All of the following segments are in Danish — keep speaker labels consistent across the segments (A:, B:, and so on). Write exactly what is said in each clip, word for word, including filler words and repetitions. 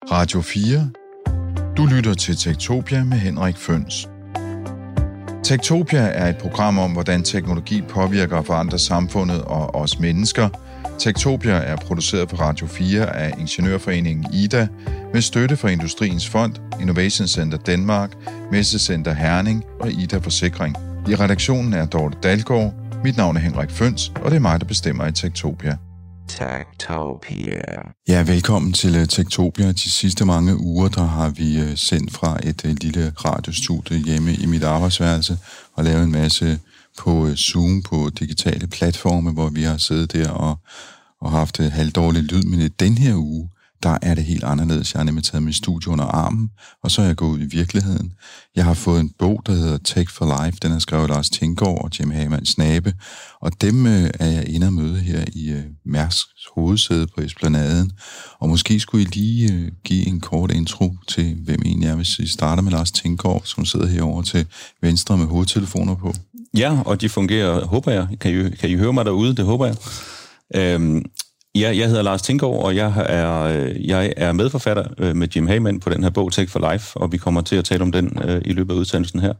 A: Radio fire. Du lytter til Techtopia med Henrik Føns. Techtopia er et program om, hvordan teknologi påvirker og forandrer samfundet og os mennesker. Techtopia er produceret på Radio fire af Ingeniørforeningen I D A med støtte fra Industriens Fond, Innovation Center Danmark, Messecenter Herning og I D A Forsikring. I redaktionen er Dorte Dalgaard. Mit navn er Henrik Føns, og det er mig, der bestemmer i Techtopia.
B: Techtopia.
A: Ja, velkommen til Techtopia. De sidste mange uger, der har vi sendt fra et lille radiostudie hjemme i mit arbejdsværelse og lavet en masse på Zoom på digitale platforme, hvor vi har siddet der og, og haft halvdårlig lyd. Men i den her uge, der er det helt anderledes. Jeg har nemlig taget mit studie under armen, og så er jeg gået ud i virkeligheden. Jeg har fået en bog, der hedder Tech for Life. Den har skrevet Lars Tinggaard og Jim Hagemann Snabe. Og dem øh, er jeg inde at møde her i øh, Mærsks hovedsæde på Esplanaden. Og måske skulle I lige øh, give en kort intro til, hvem egentlig er, hvis I starter med Lars Tinggaard, som sidder herovre til venstre med hovedtelefoner på.
C: Ja, og de fungerer, håber jeg. Kan I, kan I høre mig derude? Det håber jeg. Øhm, ja, jeg hedder Lars Tinggaard, og jeg er, jeg er medforfatter med Jim Hagemann på den her bog, Tech for Life, og vi kommer til at tale om den øh, i løbet af udsendelsen her.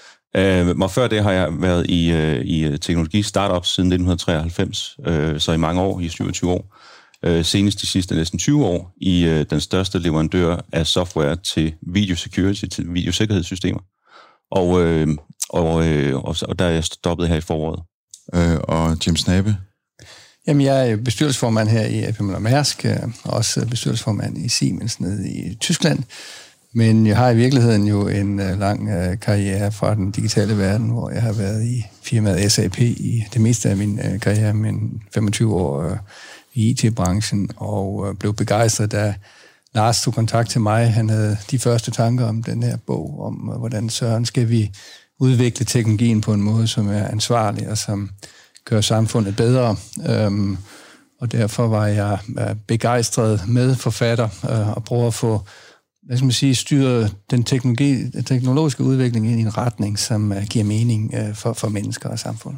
C: Øh, og før det har jeg været i, øh, i teknologi-startups siden nitten treoghalvfems, øh, så i mange år, i syvogtyve år. Øh, senest de sidste næsten tyve år i øh, den største leverandør af software til video security, til videosikkerhedssystemer. Og, øh, og, øh, og, og der er jeg stoppet her i foråret.
A: Øh, og Jim Snabe?
D: Jamen, jeg er bestyrelsesformand her i A P Møller Mærsk, også bestyrelsesformand i Siemens nede i Tyskland. Men jeg har i virkeligheden jo en lang karriere fra den digitale verden, hvor jeg har været i firmaet S A P i det meste af min karriere, men femogtyve år i I T-branchen, og blev begejstret, da Lars tog kontakt til mig. Han havde de første tanker om den her bog, om hvordan søren skal vi udvikle teknologien på en måde, som er ansvarlig og som gør samfundet bedre. Øhm, og derfor var jeg begejstret med forfatter øh, og prøver at få, hvad skal man sige, styret den teknologi, den teknologiske udvikling ind i en retning, som uh, giver mening uh, for, for mennesker og samfundet.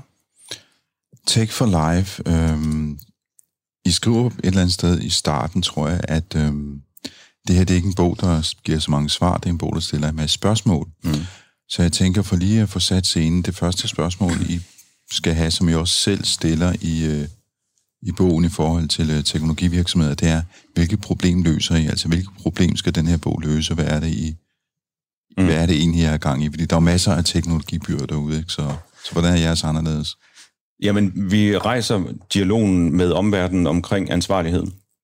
A: Tech for Life. Øhm, I skriver et eller andet sted i starten, tror jeg, at øhm, det her det er ikke en bog, der giver så mange svar. Det er en bog, der stiller en masse spørgsmål. Mm. Så jeg tænker, for lige at få sat scenen, det første spørgsmål, I skal have, som jeg også selv stiller i, øh, i bogen i forhold til øh, teknologivirksomheder, det er, hvilket problem løser I? Altså, hvilket problem skal den her bog løse? Hvad er det, I, mm. hvad er det egentlig, jeg er i gang i? Fordi der er masser af teknologibyer derude, ikke? Så, så hvordan er jeres anderledes?
C: Jamen, vi rejser dialogen med omverdenen omkring ansvarlighed.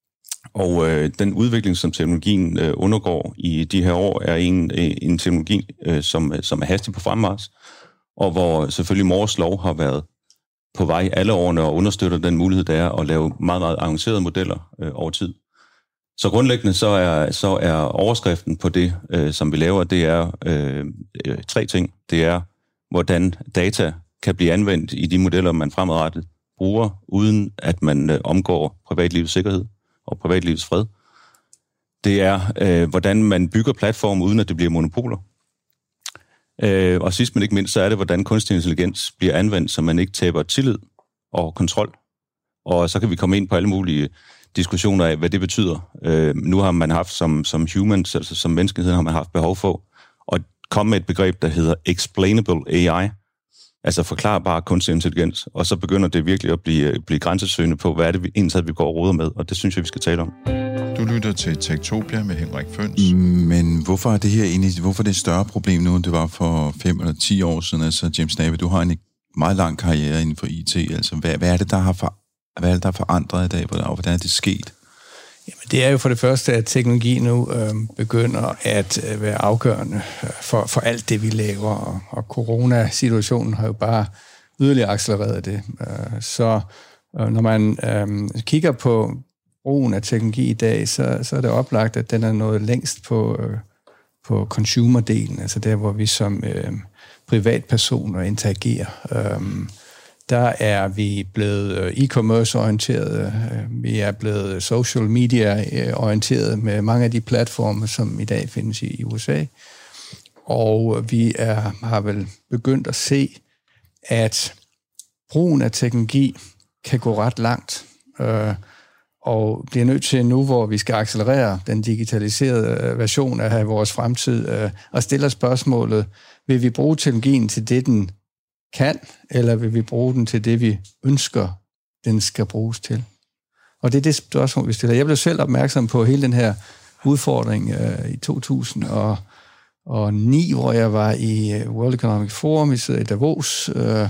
C: Og øh, den udvikling, som teknologien øh, undergår i de her år, er en, en teknologi, øh, som, som er hastig på fremmarch, og hvor selvfølgelig Moores lov har været på vej alle årene og understøtter den mulighed, der er at lave meget, meget avancerede modeller øh, over tid. Så grundlæggende så er, så er overskriften på det, øh, som vi laver, det er øh, øh, tre ting. Det er, hvordan data kan blive anvendt i de modeller, man fremadrettet bruger, uden at man øh, omgår privatlivets sikkerhed og privatlivets fred. Det er, øh, hvordan man bygger platforme, uden at det bliver monopoler. Øh, og sidst men ikke mindst, så er det, hvordan kunstig intelligens bliver anvendt, så man ikke taber tillid og kontrol. Og så kan vi komme ind på alle mulige diskussioner af, hvad det betyder. Øh, nu har man haft som, som humans, altså som menneskeheden, har man haft behov for at komme med et begreb, der hedder explainable A I, altså forklarbar kunstig intelligens, og så begynder det virkelig at blive, blive grænsesøgende på, hvad er det vi egentlig vi går og roder med, og det synes jeg, vi skal tale om.
A: Du lytter til Techtopia med Henrik Føns. Men hvorfor er det her egentlig, hvorfor er det et større problem nu, end det var for fem eller ti år siden? Altså, James Snabe, du har en meget lang karriere inden for I T. Altså, hvad, hvad er det, der har for, hvad er det, der er forandret i dag, og hvordan er det sket?
D: Jamen, det er jo for det første, at teknologi nu øh, begynder at øh, være afgørende for, for alt det, vi laver, og, og coronasituationen har jo bare yderligere accelereret det. Øh, så øh, når man øh, kigger på brugen af teknologi i dag, så, så er det oplagt, at den er nået længst på, øh, på consumer-delen, altså der, hvor vi som øh, privatpersoner interagerer. Øh, Der er vi blevet e-commerce-orienteret, vi er blevet social media-orienteret med mange af de platforme, som i dag findes i U S A. Og vi er, har vel begyndt at se, at brugen af teknologi kan gå ret langt. og bliver nødt til nu, hvor vi skal accelerere den digitaliserede version af vores fremtid, og stille spørgsmålet, vil vi bruge teknologien til det, den kan, eller vil vi bruge den til det, vi ønsker, den skal bruges til? Og det er det spørgsmål, vi stiller. Jeg blev selv opmærksom på hele den her udfordring øh, i to tusind og ni, hvor jeg var i World Economic Forum, vi sidder i Davos, øh,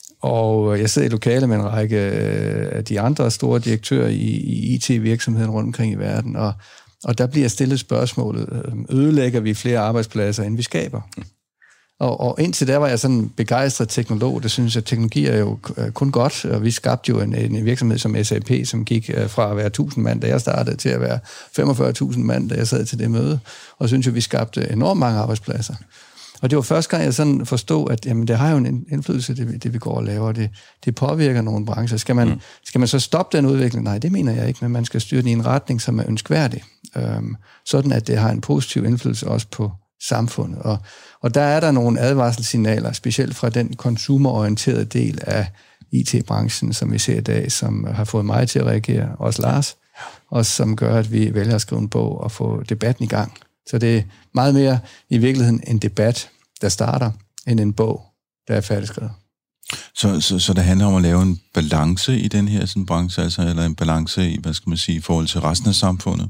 D: og jeg sidder i lokale med en række af de andre store direktører i, i I T-virksomheden rundt omkring i verden, og, og der bliver stillet spørgsmålet, ødelægger vi flere arbejdspladser, end vi skaber? Og, og indtil der var jeg sådan en begejstret teknolog, der synes, at teknologi er jo kun godt, og vi skabte jo en, en virksomhed som S A P, som gik fra at være tusind mand, da jeg startede, til at være femogfyrre tusind mand, da jeg sad til det møde, og synes jo, vi skabte enormt mange arbejdspladser. Og det var første gang, jeg sådan forstod, at jamen, det har jo en indflydelse, det, det vi går og laver, det, det påvirker nogle brancher. Skal man, mm. skal man så stoppe den udvikling? Nej, det mener jeg ikke, men man skal styre den i en retning, som er ønskværdig, øhm, sådan at det har en positiv indflydelse også på samfundet. Og, og der er der nogle advarselssignaler, specielt fra den konsumerorienterede del af I T-branchen, som vi ser i dag, som har fået mig til at reagere, også Lars, og som gør, at vi vælger at skrive en bog og få debatten i gang. Så det er meget mere i virkeligheden en debat, der starter, end en bog, der er færdigskrevet.
A: Så, så, så det handler om at lave en balance i den her sådan, branche, altså, eller en balance i, hvad skal man sige, i forhold til resten af samfundet?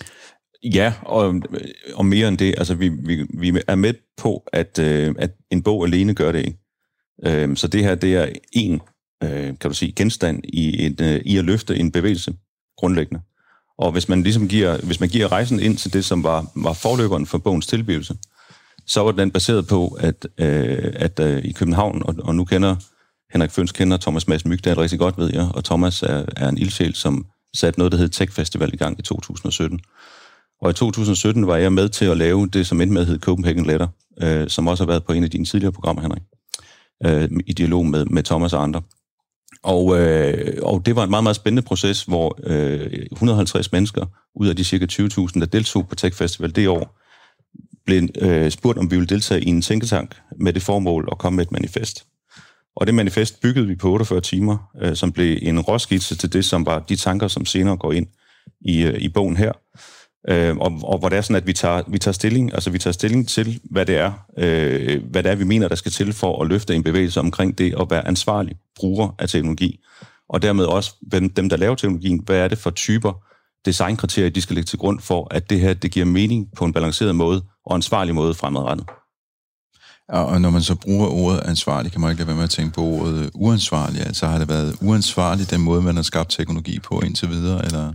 C: Ja, og, og mere end det. Altså, vi, vi, vi er med på, at, øh, at en bog alene gør det ikke. Øh, så det her, det er en, øh, kan du sige, genstand i, et, øh, i at løfte en bevægelse, grundlæggende. Og hvis man ligesom giver, hvis man giver rejsen ind til det, som var, var forløberen for bogens tilblivelse, så var den baseret på, at, øh, at øh, i København, og, og nu kender Henrik Føns kender Thomas Madsen Mygdal rigtig godt, ved jeg, og Thomas er, er en ildsjæl, som satte noget, der hed Tech Festival i gang i to tusind og sytten. Og i to tusind og sytten var jeg med til at lave det, som endte med at hedde Copenhagen Letter, øh, som også har været på en af dine tidligere programmer, Henrik, øh, i dialog med, med Thomas og andre. Og, øh, og det var en meget, meget spændende proces, hvor øh, et hundrede og halvtreds mennesker ud af de cirka tyve tusind, der deltog på Tech Festival det år, blev øh, spurgt, om vi ville deltage i en tænketank med det formål at komme med et manifest. Og det manifest byggede vi på otteogfyrre timer, øh, som blev en råskitse til det, som var de tanker, som senere går ind i, øh, i bogen her. Øh, og, og hvor det er sådan, at vi tager, vi tager stilling, altså vi tager stilling til, hvad det er, øh, hvad det er, vi mener, der skal til for at løfte en bevægelse omkring det at være ansvarlig bruger af teknologi. Og dermed også dem, der laver teknologien, hvad er det for typer designkriterier, de skal lægge til grund for, at det her, det giver mening på en balanceret måde og ansvarlig måde fremadrettet.
A: Og når man så bruger ordet ansvarlig, kan man ikke lade være med at tænke på ordet uansvarlig. Altså har det været uansvarligt, den måde, man har skabt teknologi på indtil videre, eller...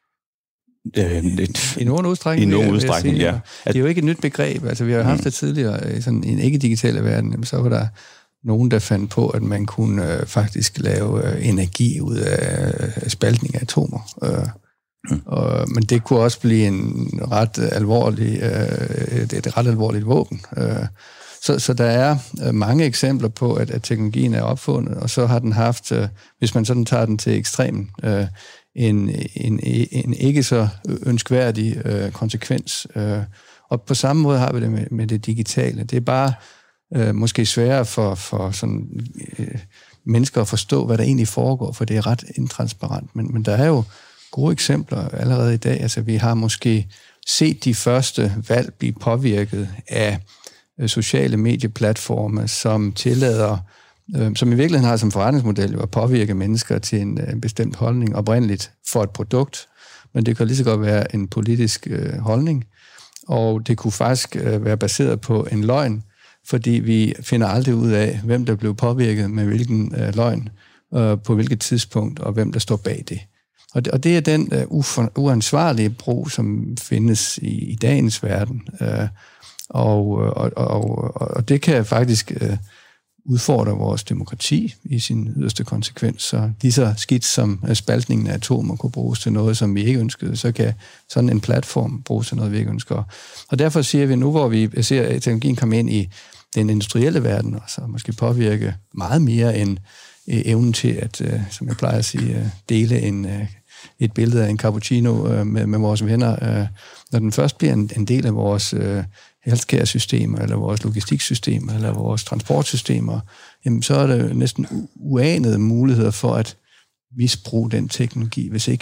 D: I nogen udstrækning,
C: I nogen udstrækning, ja.
D: Det er jo ikke et nyt begreb. Altså, vi har haft det tidligere i sådan en ikke-digitale verden, så var der nogen, der fandt på, at man kunne øh, faktisk lave øh, energi ud af øh, spaltning af atomer. Øh, mm. og, men det kunne også blive en ret alvorlig, øh, et, et ret alvorligt våben. Øh, så, så der er øh, mange eksempler på, at, at teknologien er opfundet, og så har den haft, øh, hvis man sådan tager den til ekstremen, øh, En, en, en ikke så ønskværdig øh, konsekvens. Øh, og på samme måde har vi det med, med det digitale. Det er bare øh, måske sværere for, for sådan, øh, mennesker at forstå, hvad der egentlig foregår, for det er ret intransparent. Men, men der er jo gode eksempler allerede i dag. Altså, vi har måske set de første valg blive påvirket af øh, sociale medieplatforme, som tillader som i virkeligheden har som forretningsmodel jo at påvirke mennesker til en, en bestemt holdning oprindeligt for et produkt, men det kan lige så godt være en politisk øh, holdning, og det kunne faktisk øh, være baseret på en løgn, fordi vi finder aldrig ud af, hvem der blev påvirket med hvilken øh, løgn, øh, på hvilket tidspunkt, og hvem der står bag det. Og det, og det er den øh, ufor, uansvarlige brug, som findes i, i dagens verden, øh, og, og, og, og det kan faktisk... Øh, udfordrer vores demokrati i sin yderste konsekvens. Så lige så skidt som spaltningen af atomer kunne bruges til noget, som vi ikke ønskede, så kan sådan en platform bruges til noget, vi ikke ønsker. Og derfor siger vi nu, hvor vi ser, at teknologien kommer ind i den industrielle verden, og så måske påvirke meget mere end evnen til at, som jeg plejer at sige, dele en, et billede af en cappuccino med, med vores venner. Når den først bliver en, en del af vores healthcare-systemer, eller vores logistiksystemer, eller vores transportsystemer, jamen, så er der næsten uanede muligheder for at misbruge den teknologi, hvis ikke vi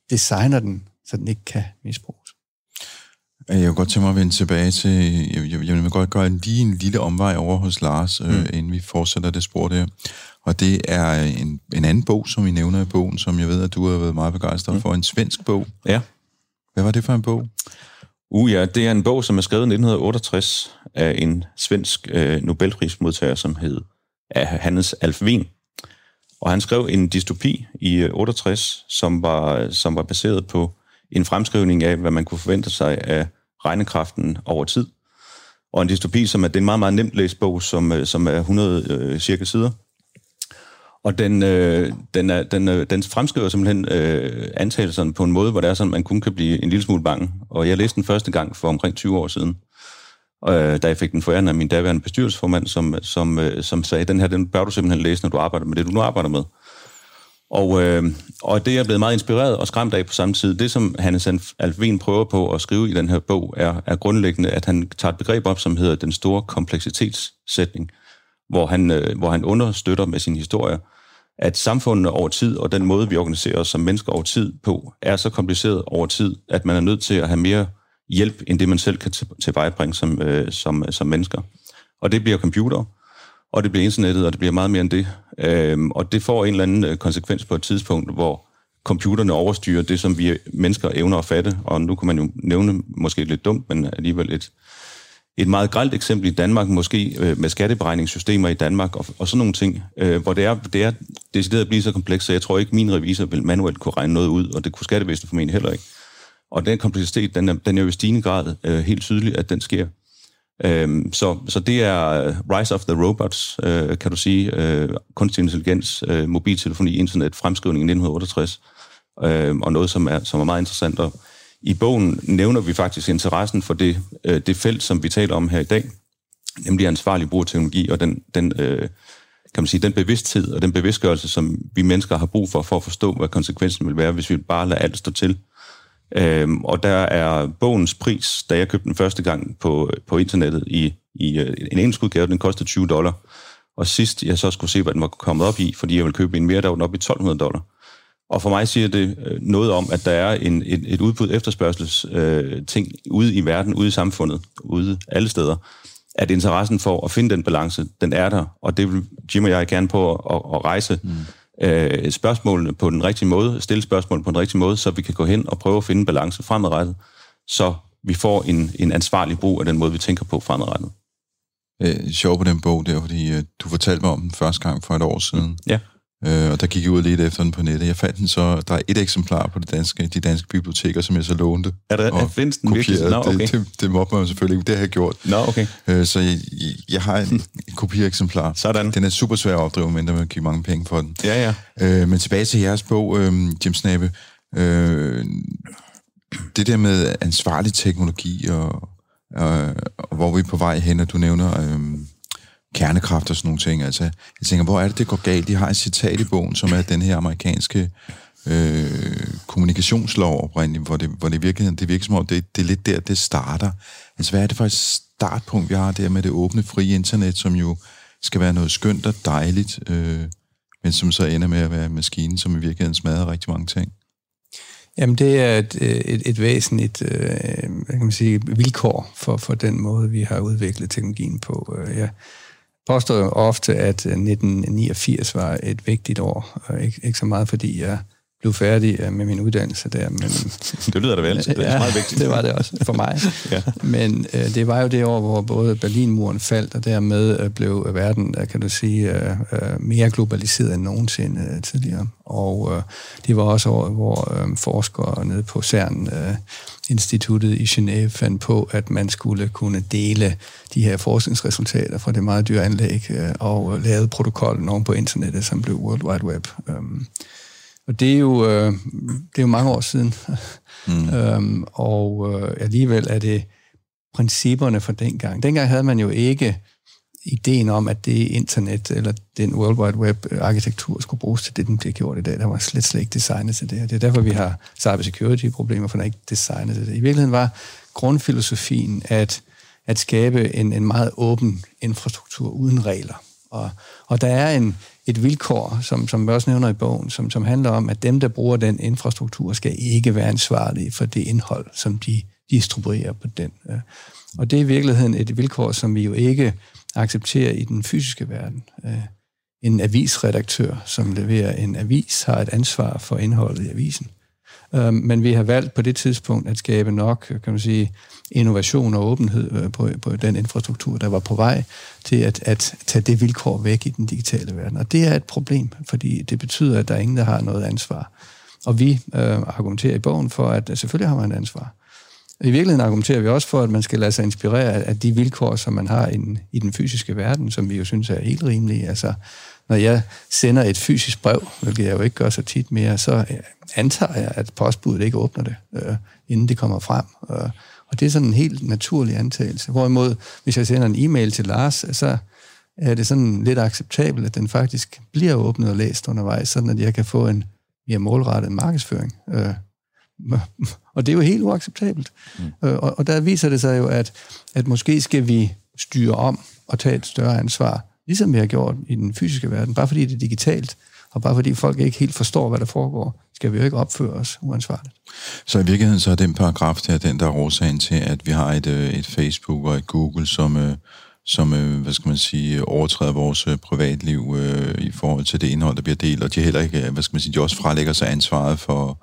D: designer den, så den ikke kan misbruges.
A: Jeg vil godt tænke mig at vende tilbage til, jeg, jeg, jeg vil godt gøre lige en lille omvej over hos Lars, mm. øh, inden vi fortsætter det spor der. Og det er en, en anden bog, som vi nævner i bogen, som jeg ved, at du har været meget begejstret mm. for, en svensk bog.
C: Ja.
A: Hvad var det for en bog?
C: Uh ja, det er en bog, som er skrevet i nitten otteogtres af en svensk øh, Nobelprismodtager, som hed af Hannes Alfvén. Og han skrev en dystopi i otteogtres, som var, som var baseret på en fremskrivning af, hvad man kunne forvente sig af regnekraften over tid. Og en dystopi, som er, det er en meget, meget nemt læst bog, som, som er hundrede øh, cirka sider. Og den, øh, den, er, den, øh, den fremskriver simpelthen øh, antagelserne på en måde, hvor det er sådan, at man kun kan blive en lille smule bange. Og jeg læste den første gang for omkring tyve år siden, øh, da jeg fik den foræret af min daværende bestyrelsesformand, som, som, øh, som sagde, den her, den bør du simpelthen læse, når du arbejder med det, du nu arbejder med. Og, øh, og det er jeg blevet meget inspireret og skræmt af på samme tid. Det, som Hannes Alfvén prøver på at skrive i den her bog, er, er grundlæggende, at han tager et begreb op, som hedder den store kompleksitetssætning, hvor han, øh, hvor han understøtter med sin historie, at samfundet over tid, og den måde, vi organiserer os som mennesker over tid på, er så kompliceret over tid, at man er nødt til at have mere hjælp, end det man selv kan tilvejebringe som, øh, som, som mennesker. Og det bliver computer, og det bliver internettet, og det bliver meget mere end det. Øhm, og det får en eller anden konsekvens på et tidspunkt, hvor computerne overstyrer det, som vi mennesker evner at fatte. Og nu kan man jo nævne, måske lidt dumt, men alligevel et, et meget grelt eksempel i Danmark, måske øh, med skatteberegningssystemer i Danmark, og, og sådan nogle ting, øh, hvor det er, det er decideret at blive så komplekst, så jeg tror ikke, min revisor vil manuelt kunne regne noget ud, og det kunne skattevæsenet formentlig heller ikke. Og den kompleksitet, den er, den er jo i stigende grad øh, helt tydelig, at den sker. Øhm, så, så det er Rise of the Robots, øh, kan du sige, øh, kunstig intelligens, øh, mobiltelefoni, internet, fremskrivning i nitten otteogtres, øh, og noget, som er, som er meget interessant. Og i bogen nævner vi faktisk interessen for det, øh, det felt, som vi taler om her i dag, nemlig ansvarlig brug af teknologi, og den, den, øh, kan man sige, den bevidsthed og den bevidstgørelse, som vi mennesker har brug for, for at forstå, hvad konsekvensen vil være, hvis vi bare lader alt stå til. Øhm, og der er bogens pris, da jeg købte den første gang på, på internettet i, i en engelsk udgave, den kostede tyve dollar. Og sidst jeg så skulle se, hvad den var kommet op i, fordi jeg ville købe en mere, der var den op i tolv hundrede dollar. Og for mig siger det noget om, at der er en, et, et udbud efterspørgsels øh, ting ude i verden, ude i samfundet, ude alle steder, at interessen for at finde den balance, den er der, og det vil Jim og jeg gerne på at, at rejse mm. øh, spørgsmålene på den rigtige måde, stille spørgsmål på den rigtige måde, så vi kan gå hen og prøve at finde balance fremadrettet, så vi får en, en ansvarlig brug af den måde, vi tænker på fremadrettet.
A: Øh, sjov på den bog der, fordi øh, du fortalte mig om den første gang for et år siden.
C: Ja.
A: Øh, og der gik jeg ud lidt efter den på nettet. Jeg fandt den så, der er et eksemplar på det danske, de danske biblioteker, som jeg så lånte.
C: Er der, og findes den virkelig?
A: No, okay. Det, det, det måtte man jo selvfølgelig ikke, det har jeg gjort.
C: Nå, no, okay.
A: Øh, så jeg, jeg har en, en kopieksemplar.
C: Sådan.
A: Den er super svær at opdrive, men der vil give mange penge for den.
C: Ja, ja.
A: Øh, men tilbage til jeres bog, øh, Jim Snabe. Øh, det der med ansvarlig teknologi, og, og, og hvor vi er på vej hen, og du nævner Øh, kernekraft og sådan nogle ting. Altså, jeg tænker, hvor er det, det går galt? De har et citat i bogen, som er den her amerikanske øh, kommunikationslov oprindeligt, hvor det, hvor det virkelig det virker som om, det, det er lidt der, det starter. Altså, hvad er det for et startpunkt, vi har der med det åbne, frie internet, som jo skal være noget skønt og dejligt, øh, men som så ender med at være en maskine, som i virkeligheden smadrer rigtig mange ting?
D: Jamen, det er et, et, et væsentligt øh, kan man sige, vilkår for, for den måde, vi har udviklet teknologien på. Jeg påstår jo ofte, at nitten niogfirs var et vigtigt år. Ikke, ikke så meget, fordi jeg blev færdig med min uddannelse der. Men,
C: det lyder da vel, det er
D: ja,
C: meget vigtigt.
D: Det var det også for mig. Ja. Men øh, det var jo det år, hvor både Berlinmuren faldt, og dermed øh, blev verden, kan du sige, øh, mere globaliseret end nogensinde øh, tidligere. Og øh, det var også år, hvor øh, forskere nede på CERN øh, instituttet i Genève fandt på, at man skulle kunne dele de her forskningsresultater fra det meget dyre anlæg øh, og lavede protokollen oven på internettet, som blev World Wide Web. Um, og det er, jo, øh, det er jo mange år siden. Mm. um, og øh, alligevel er det principperne fra dengang. Dengang havde man jo ikke ideen om, at det internet eller den World Wide Web-arkitektur skulle bruges til det, den bliver gjort i dag. Der var slet, slet ikke designet til det. Det er derfor, vi har cybersecurity-problemer, for der er ikke designet til det. I virkeligheden var grundfilosofien at, at skabe en, en meget åben infrastruktur uden regler. Og, og der er en, et vilkår, som, som vi også nævner i bogen, som, som handler om, at dem, der bruger den infrastruktur, skal ikke være ansvarlige for det indhold, som de distribuerer på den. Og det er i virkeligheden et vilkår, som vi jo ikke accepterer i den fysiske verden. En avisredaktør, som leverer en avis, har et ansvar for indholdet i avisen. Men vi har valgt på det tidspunkt at skabe nok, kan man sige, innovation og åbenhed på, på den infrastruktur, der var på vej til at, at tage det vilkår væk i den digitale verden. Og det er et problem, fordi det betyder, at der er ingen, der har noget ansvar. Og vi øh, argumenterer i bogen for, at selvfølgelig har man et ansvar. I virkeligheden argumenterer vi også for, at man skal lade sig inspirere af de vilkår, som man har i den, i den fysiske verden, som vi jo synes er helt rimelige. Altså, når jeg sender et fysisk brev, hvilket jeg jo ikke gør så tit mere, så antager jeg, at postbuddet ikke åbner det, øh, inden det kommer frem. Øh, og det er sådan en helt naturlig antagelse. Hvorimod, hvis jeg sender en e-mail til Lars, så er det sådan lidt acceptabelt, at den faktisk bliver åbnet og læst undervejs, sådan at jeg kan få en mere målrettet markedsføring. Øh, og det er jo helt uacceptabelt. Mm. Øh, og, og der viser det sig jo, at, at måske skal vi styre om og tage et større ansvar, ligesom vi har gjort i den fysiske verden. Bare fordi det er digitalt, og bare fordi folk ikke helt forstår, hvad der foregår, skal vi jo ikke opføre os uansvarligt.
A: Så i virkeligheden så er den paragraf der, den der er årsagen til, at vi har et, et Facebook og et Google, som, som hvad skal man sige, overtræder vores privatliv øh, i forhold til det indhold, der bliver delt, og de heller ikke, hvad skal man sige, de også frelægger sig ansvaret for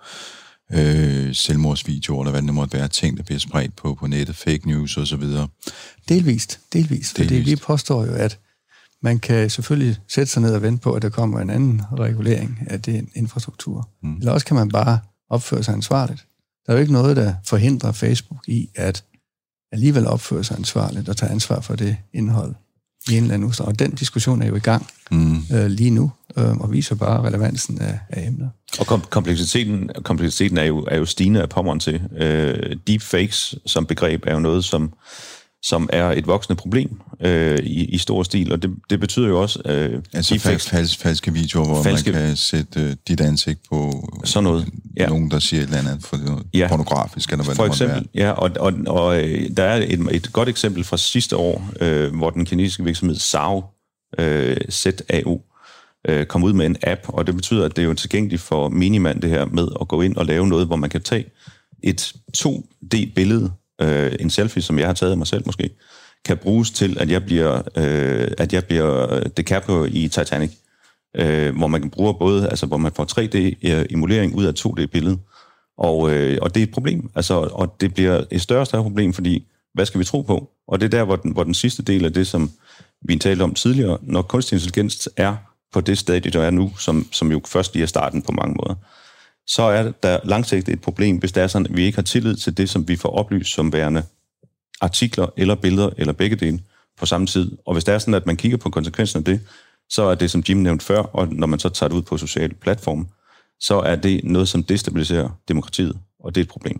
A: øh, selvmordsvideoer, eller hvad det måtte være, ting, der bliver spredt på, på nettet, fake news og så videre.
D: Delvist, delvist. Fordi vi påstår jo, at man kan selvfølgelig sætte sig ned og vente på, at der kommer en anden regulering af den infrastruktur. Mm. Eller også kan man bare opføre sig ansvarligt. Der er jo ikke noget, der forhindrer Facebook i at alligevel opføre sig ansvarligt og tage ansvar for det indhold i en eller anden udstrækning. Og den diskussion er jo i gang mm. øh, lige nu, øh, og viser bare relevansen af, af emner.
C: Og kom- kompleksiteten, kompleksiteten er, jo, er jo stigende af pommeren til. Øh, deepfakes som begreb er jo noget, som som er et voksende problem øh, i, i stor stil, og det, det betyder jo også... Øh,
A: altså fals, fals, falske videoer, hvor falske, man kan sætte øh, dit ansigt på
C: sådan noget. Ja.
A: Nogen, der siger et eller andet for noget ja. pornografisk, eller hvad
C: for
A: det
C: eksempel,
A: måtte
C: være. Ja, og, og, og der er et, et godt eksempel fra sidste år, øh, hvor den kinesiske virksomhed S A O, øh, Z A O, øh, kom ud med en app, og det betyder, at det er jo tilgængeligt for minimand, det her med at gå ind og lave noget, hvor man kan tage et to D-billede, Øh, en selfie, som jeg har taget af mig selv måske, kan bruges til, at jeg bliver, øh, at jeg bliver DiCaprio i Titanic, øh, hvor man kan bruge både, altså hvor man får tre D-emulering ud af to D-billede, og, øh, og det er et problem, altså, og det bliver et større og større problem, fordi hvad skal vi tro på? Og det er der, hvor den, hvor den sidste del af det, som vi talte om tidligere, når kunstig intelligens er på det stadie, der er nu, som, som jo først lige er starten på mange måder, så er der langsigtet et problem, hvis det er sådan, at vi ikke har tillid til det, som vi får oplyst som værende artikler eller billeder eller begge dele på samme tid. Og hvis det er sådan, at man kigger på konsekvensen af det, så er det, som Jim nævnte før, og når man så tager det ud på sociale platforme, så er det noget, som destabiliserer demokratiet, og det er et problem.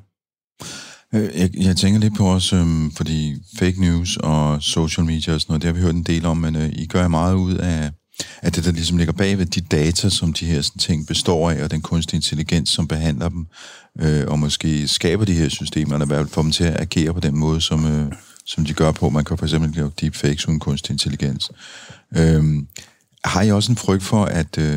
A: Jeg, jeg tænker lidt på os, øhm, fordi fake news og social media og sådan noget, det har vi hørt en del om, men øh, I gør meget ud af at det, der ligesom ligger bag ved de data, som de her sådan, ting består af, og den kunstige intelligens, som behandler dem, øh, og måske skaber de her systemer, eller i hvert fald får dem til at agere på den måde, som, øh, som de gør på. Man kan for eksempel lave deepfakes uden kunstig intelligens. Øh, har I også en frygt for, at øh,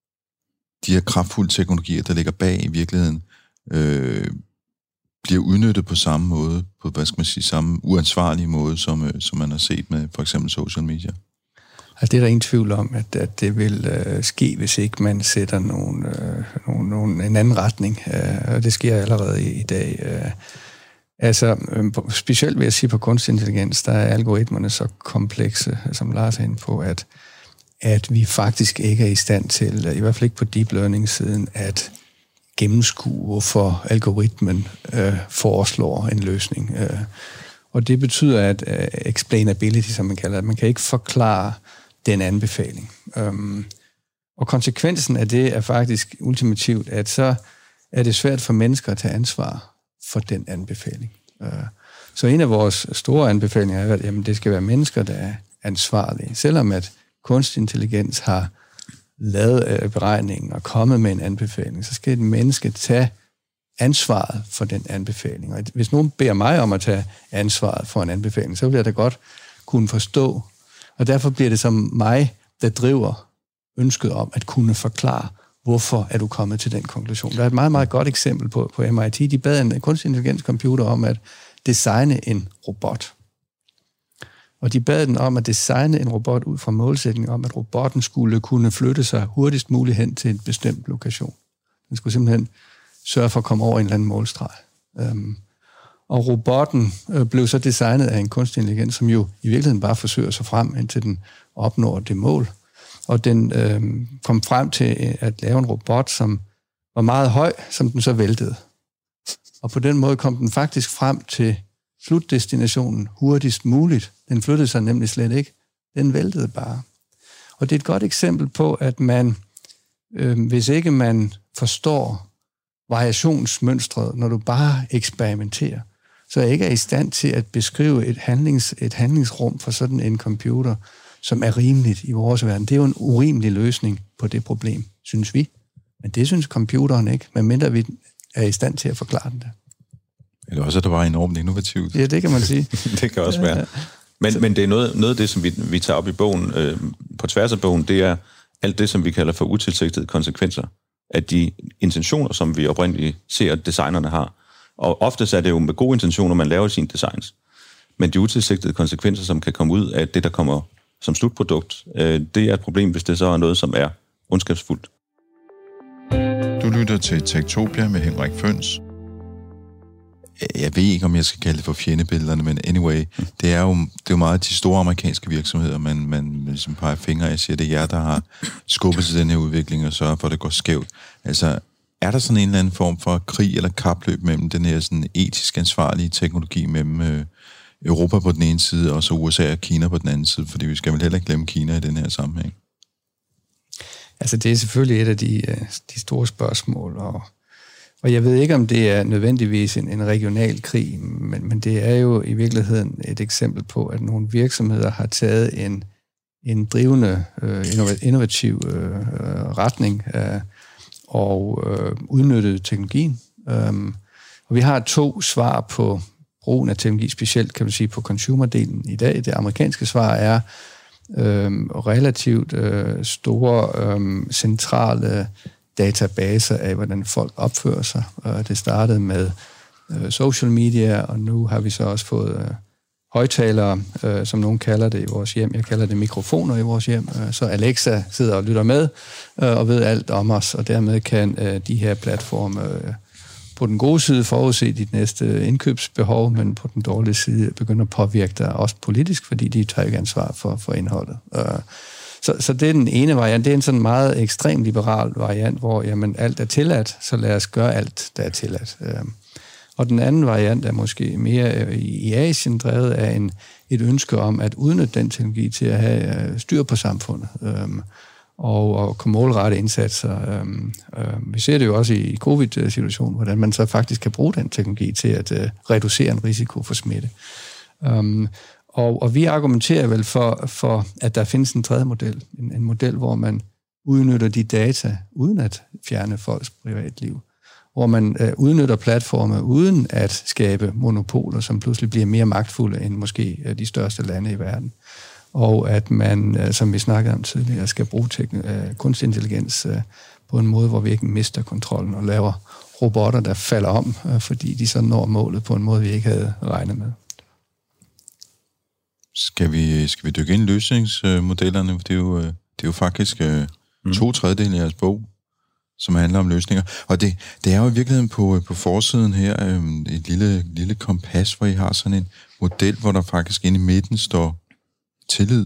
A: de her kraftfulde teknologier, der ligger bag i virkeligheden, øh, bliver udnyttet på samme måde, på, hvad skal man sige, samme uansvarlige måde, som, øh, som man har set med for eksempel social media?
D: Altså det er der ingen tvivl om, at, at det vil øh, ske, hvis ikke man sætter nogen, øh, nogen, nogen, en anden retning. Øh, og det sker allerede i, i dag. Øh, altså øh, specielt vil jeg sige på kunstig intelligens, der er algoritmerne så komplekse, som Lars er inde på, at, at vi faktisk ikke er i stand til, i hvert fald ikke på deep learning-siden, at gennemskue, hvorfor algoritmen øh, foreslår en løsning. Øh, og det betyder, at øh, explainability, som man kalder det, man kan ikke forklare den anbefaling. Um, og konsekvensen af det er faktisk ultimativt, at så er det svært for mennesker at tage ansvar for den anbefaling. Uh, så en af vores store anbefalinger er, at jamen, det skal være mennesker, der er ansvarlige. Selvom at kunstig intelligens har lavet uh, beregningen og kommet med en anbefaling, så skal et menneske tage ansvaret for den anbefaling. Og hvis nogen beder mig om at tage ansvaret for en anbefaling, så vil jeg da godt kunne forstå. Og derfor bliver det som mig der driver ønsket om at kunne forklare, hvorfor er du kommet til den konklusion. Der er et meget, meget godt eksempel på, på M I T. De bad en kunstig intelligens computer om at designe en robot. Og de bad den om at designe en robot ud fra målsætningen om, at robotten skulle kunne flytte sig hurtigst muligt hen til en bestemt lokation. Den skulle simpelthen sørge for at komme over en eller anden målstreg. Um, og robotten øh, blev så designet af en kunstig intelligens, som jo i virkeligheden bare forsøger sig frem, indtil den opnår det mål. Og den øh, kom frem til at lave en robot, som var meget høj, som den så væltede. Og på den måde kom den faktisk frem til slutdestinationen hurtigst muligt. Den flyttede sig nemlig slet ikke. Den væltede bare. Og det er et godt eksempel på, at man, øh, hvis ikke man forstår variationsmønstret, når du bare eksperimenterer, så er jeg ikke i stand til at beskrive et, handlings, et handlingsrum for sådan en computer, som er rimeligt i vores verden. Det er jo en urimelig løsning på det problem, synes vi. Men det synes computeren ikke, medmindre vi er i stand til at forklare den det.
A: Eller også, at det var enormt innovativt.
D: Ja, det kan man sige.
C: Det kan også være. Men, men det er noget, noget af det, som vi, vi tager op i bogen, øh, på tværs af bogen, det er alt det, som vi kalder for utilsigtede konsekvenser af de intentioner, som vi oprindeligt ser, at designerne har. Og oftest er det jo med gode intentioner, man laver sine designs. Men de utilsigtede konsekvenser, som kan komme ud af det, der kommer som slutprodukt, øh, det er et problem, hvis det så er noget, som er ondskabsfuldt.
A: Du lytter til Techtopia med Henrik Føns. Jeg ved ikke, om jeg skal kalde det for fjendebillederne, men anyway, det er jo, det er jo meget de store amerikanske virksomheder, man, man ligesom peger fingre af og siger, det er jer, der har skubbet til den her udvikling og sørger for, at det går skævt. Altså, er der sådan en eller anden form for krig eller kapløb mellem den her sådan etisk ansvarlige teknologi mellem øh, Europa på den ene side, og så U S A og Kina på den anden side? Fordi vi skal vel heller ikke glemme Kina i den her sammenhæng.
D: Altså, det er selvfølgelig et af de, de store spørgsmål, og Og jeg ved ikke, om det er nødvendigvis en, en regional krig, men, men det er jo i virkeligheden et eksempel på, at nogle virksomheder har taget en, en drivende, øh, innovativ øh, retning øh, og øh, udnyttet teknologien. Um, og vi har to svar på brugen af teknologi, specielt kan man sige på consumerdelen i dag. Det amerikanske svar er øh, relativt øh, store, øh, centrale databaser af, hvordan folk opfører sig. Det startede med øh, social media, og nu har vi så også fået øh, højtalere, øh, som nogen kalder det i vores hjem. Jeg kalder det mikrofoner i vores hjem. Så Alexa sidder og lytter med øh, og ved alt om os, og dermed kan øh, de her platforme øh, på den gode side forudse dit næste indkøbsbehov, men på den dårlige side begynder at påvirke dig også politisk, fordi de tager ikke ansvar for, for indholdet. Øh, Så, så det er den ene variant. Det er en sådan meget ekstrem liberal variant, hvor jamen, alt er tilladt, så lad os gøre alt, der er tilladt. Og den anden variant er måske mere i Asien drevet af en, et ønske om at udnytte den teknologi til at have styr på samfundet og, og kunne målrette indsatser. Vi ser det jo også i covid-situationen, hvordan man så faktisk kan bruge den teknologi til at reducere en risiko for smitte. Og, og vi argumenterer vel for, for, at der findes en tredje model. En, en model, hvor man udnytter de data, uden at fjerne folks privatliv. Hvor man øh, udnytter platforme, uden at skabe monopoler, som pludselig bliver mere magtfulde end måske øh, de største lande i verden. Og at man, øh, som vi snakkede om tidligere, skal bruge tekn- øh, kunstig intelligens øh, på en måde, hvor vi ikke mister kontrollen og laver robotter, der falder om, øh, fordi de så når målet på en måde, vi ikke havde regnet med.
A: Skal vi, skal vi dykke ind i løsningsmodellerne? Det er jo, det er jo faktisk mm. to tredjedele af jeres bog, som handler om løsninger. Og det, det er jo i virkeligheden på, på forsiden her et lille, lille kompas, hvor I har sådan en model, hvor der faktisk inde i midten står tillid.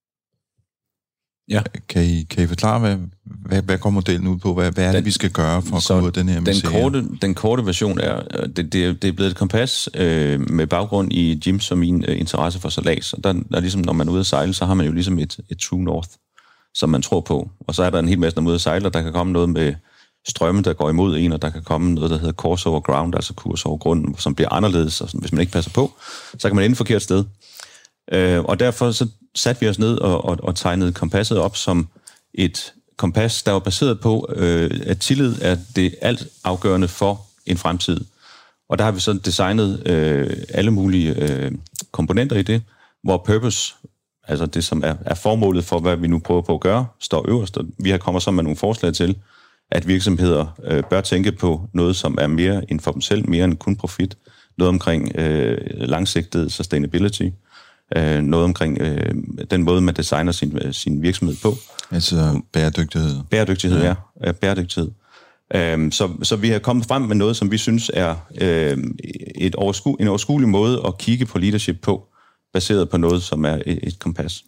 C: Ja.
A: Kan I, kan I forklare, hvad, hvad, hvad går modellen ud på? Hvad, hvad er det, den, vi skal gøre for at komme ud af den her misære?
C: Den korte, den korte version er, det, det, det er blevet et kompas øh, med baggrund i Jims og min øh, interesse for sejlads. Og der, der er ligesom, når man er ude at sejle, så har man jo ligesom et, et true north, som man tror på. Og så er der en hel masse, når man er ude at sejle, og der kan komme noget med strømme, der går imod en, og der kan komme noget, der hedder course over ground, altså kurs over grunden, som bliver anderledes, og sådan, hvis man ikke passer på, så kan man ende et forkert sted. Øh, og derfor så satte vi os ned og, og, og tegnede kompasset op som et kompas, der var baseret på, øh, at tillid er det alt afgørende for en fremtid. Og der har vi så designet øh, alle mulige øh, komponenter i det, hvor purpose, altså det, som er, er formålet for, hvad vi nu prøver på at gøre, står øverst. Og vi har kommet så med nogle forslag til, at virksomheder øh, bør tænke på noget, som er mere end for dem selv, mere end kun profit. Noget omkring øh, langsigtet sustainability. Øh, noget omkring øh, den måde, man designer sin, sin virksomhed på.
A: Altså bæredygtighed.
C: Bæredygtighed, ja. ja bæredygtighed. Øh, så, så vi har kommet frem med noget, som vi synes er øh, et oversku, en overskuelig måde at kigge på leadership på, baseret på noget, som er et, et kompas.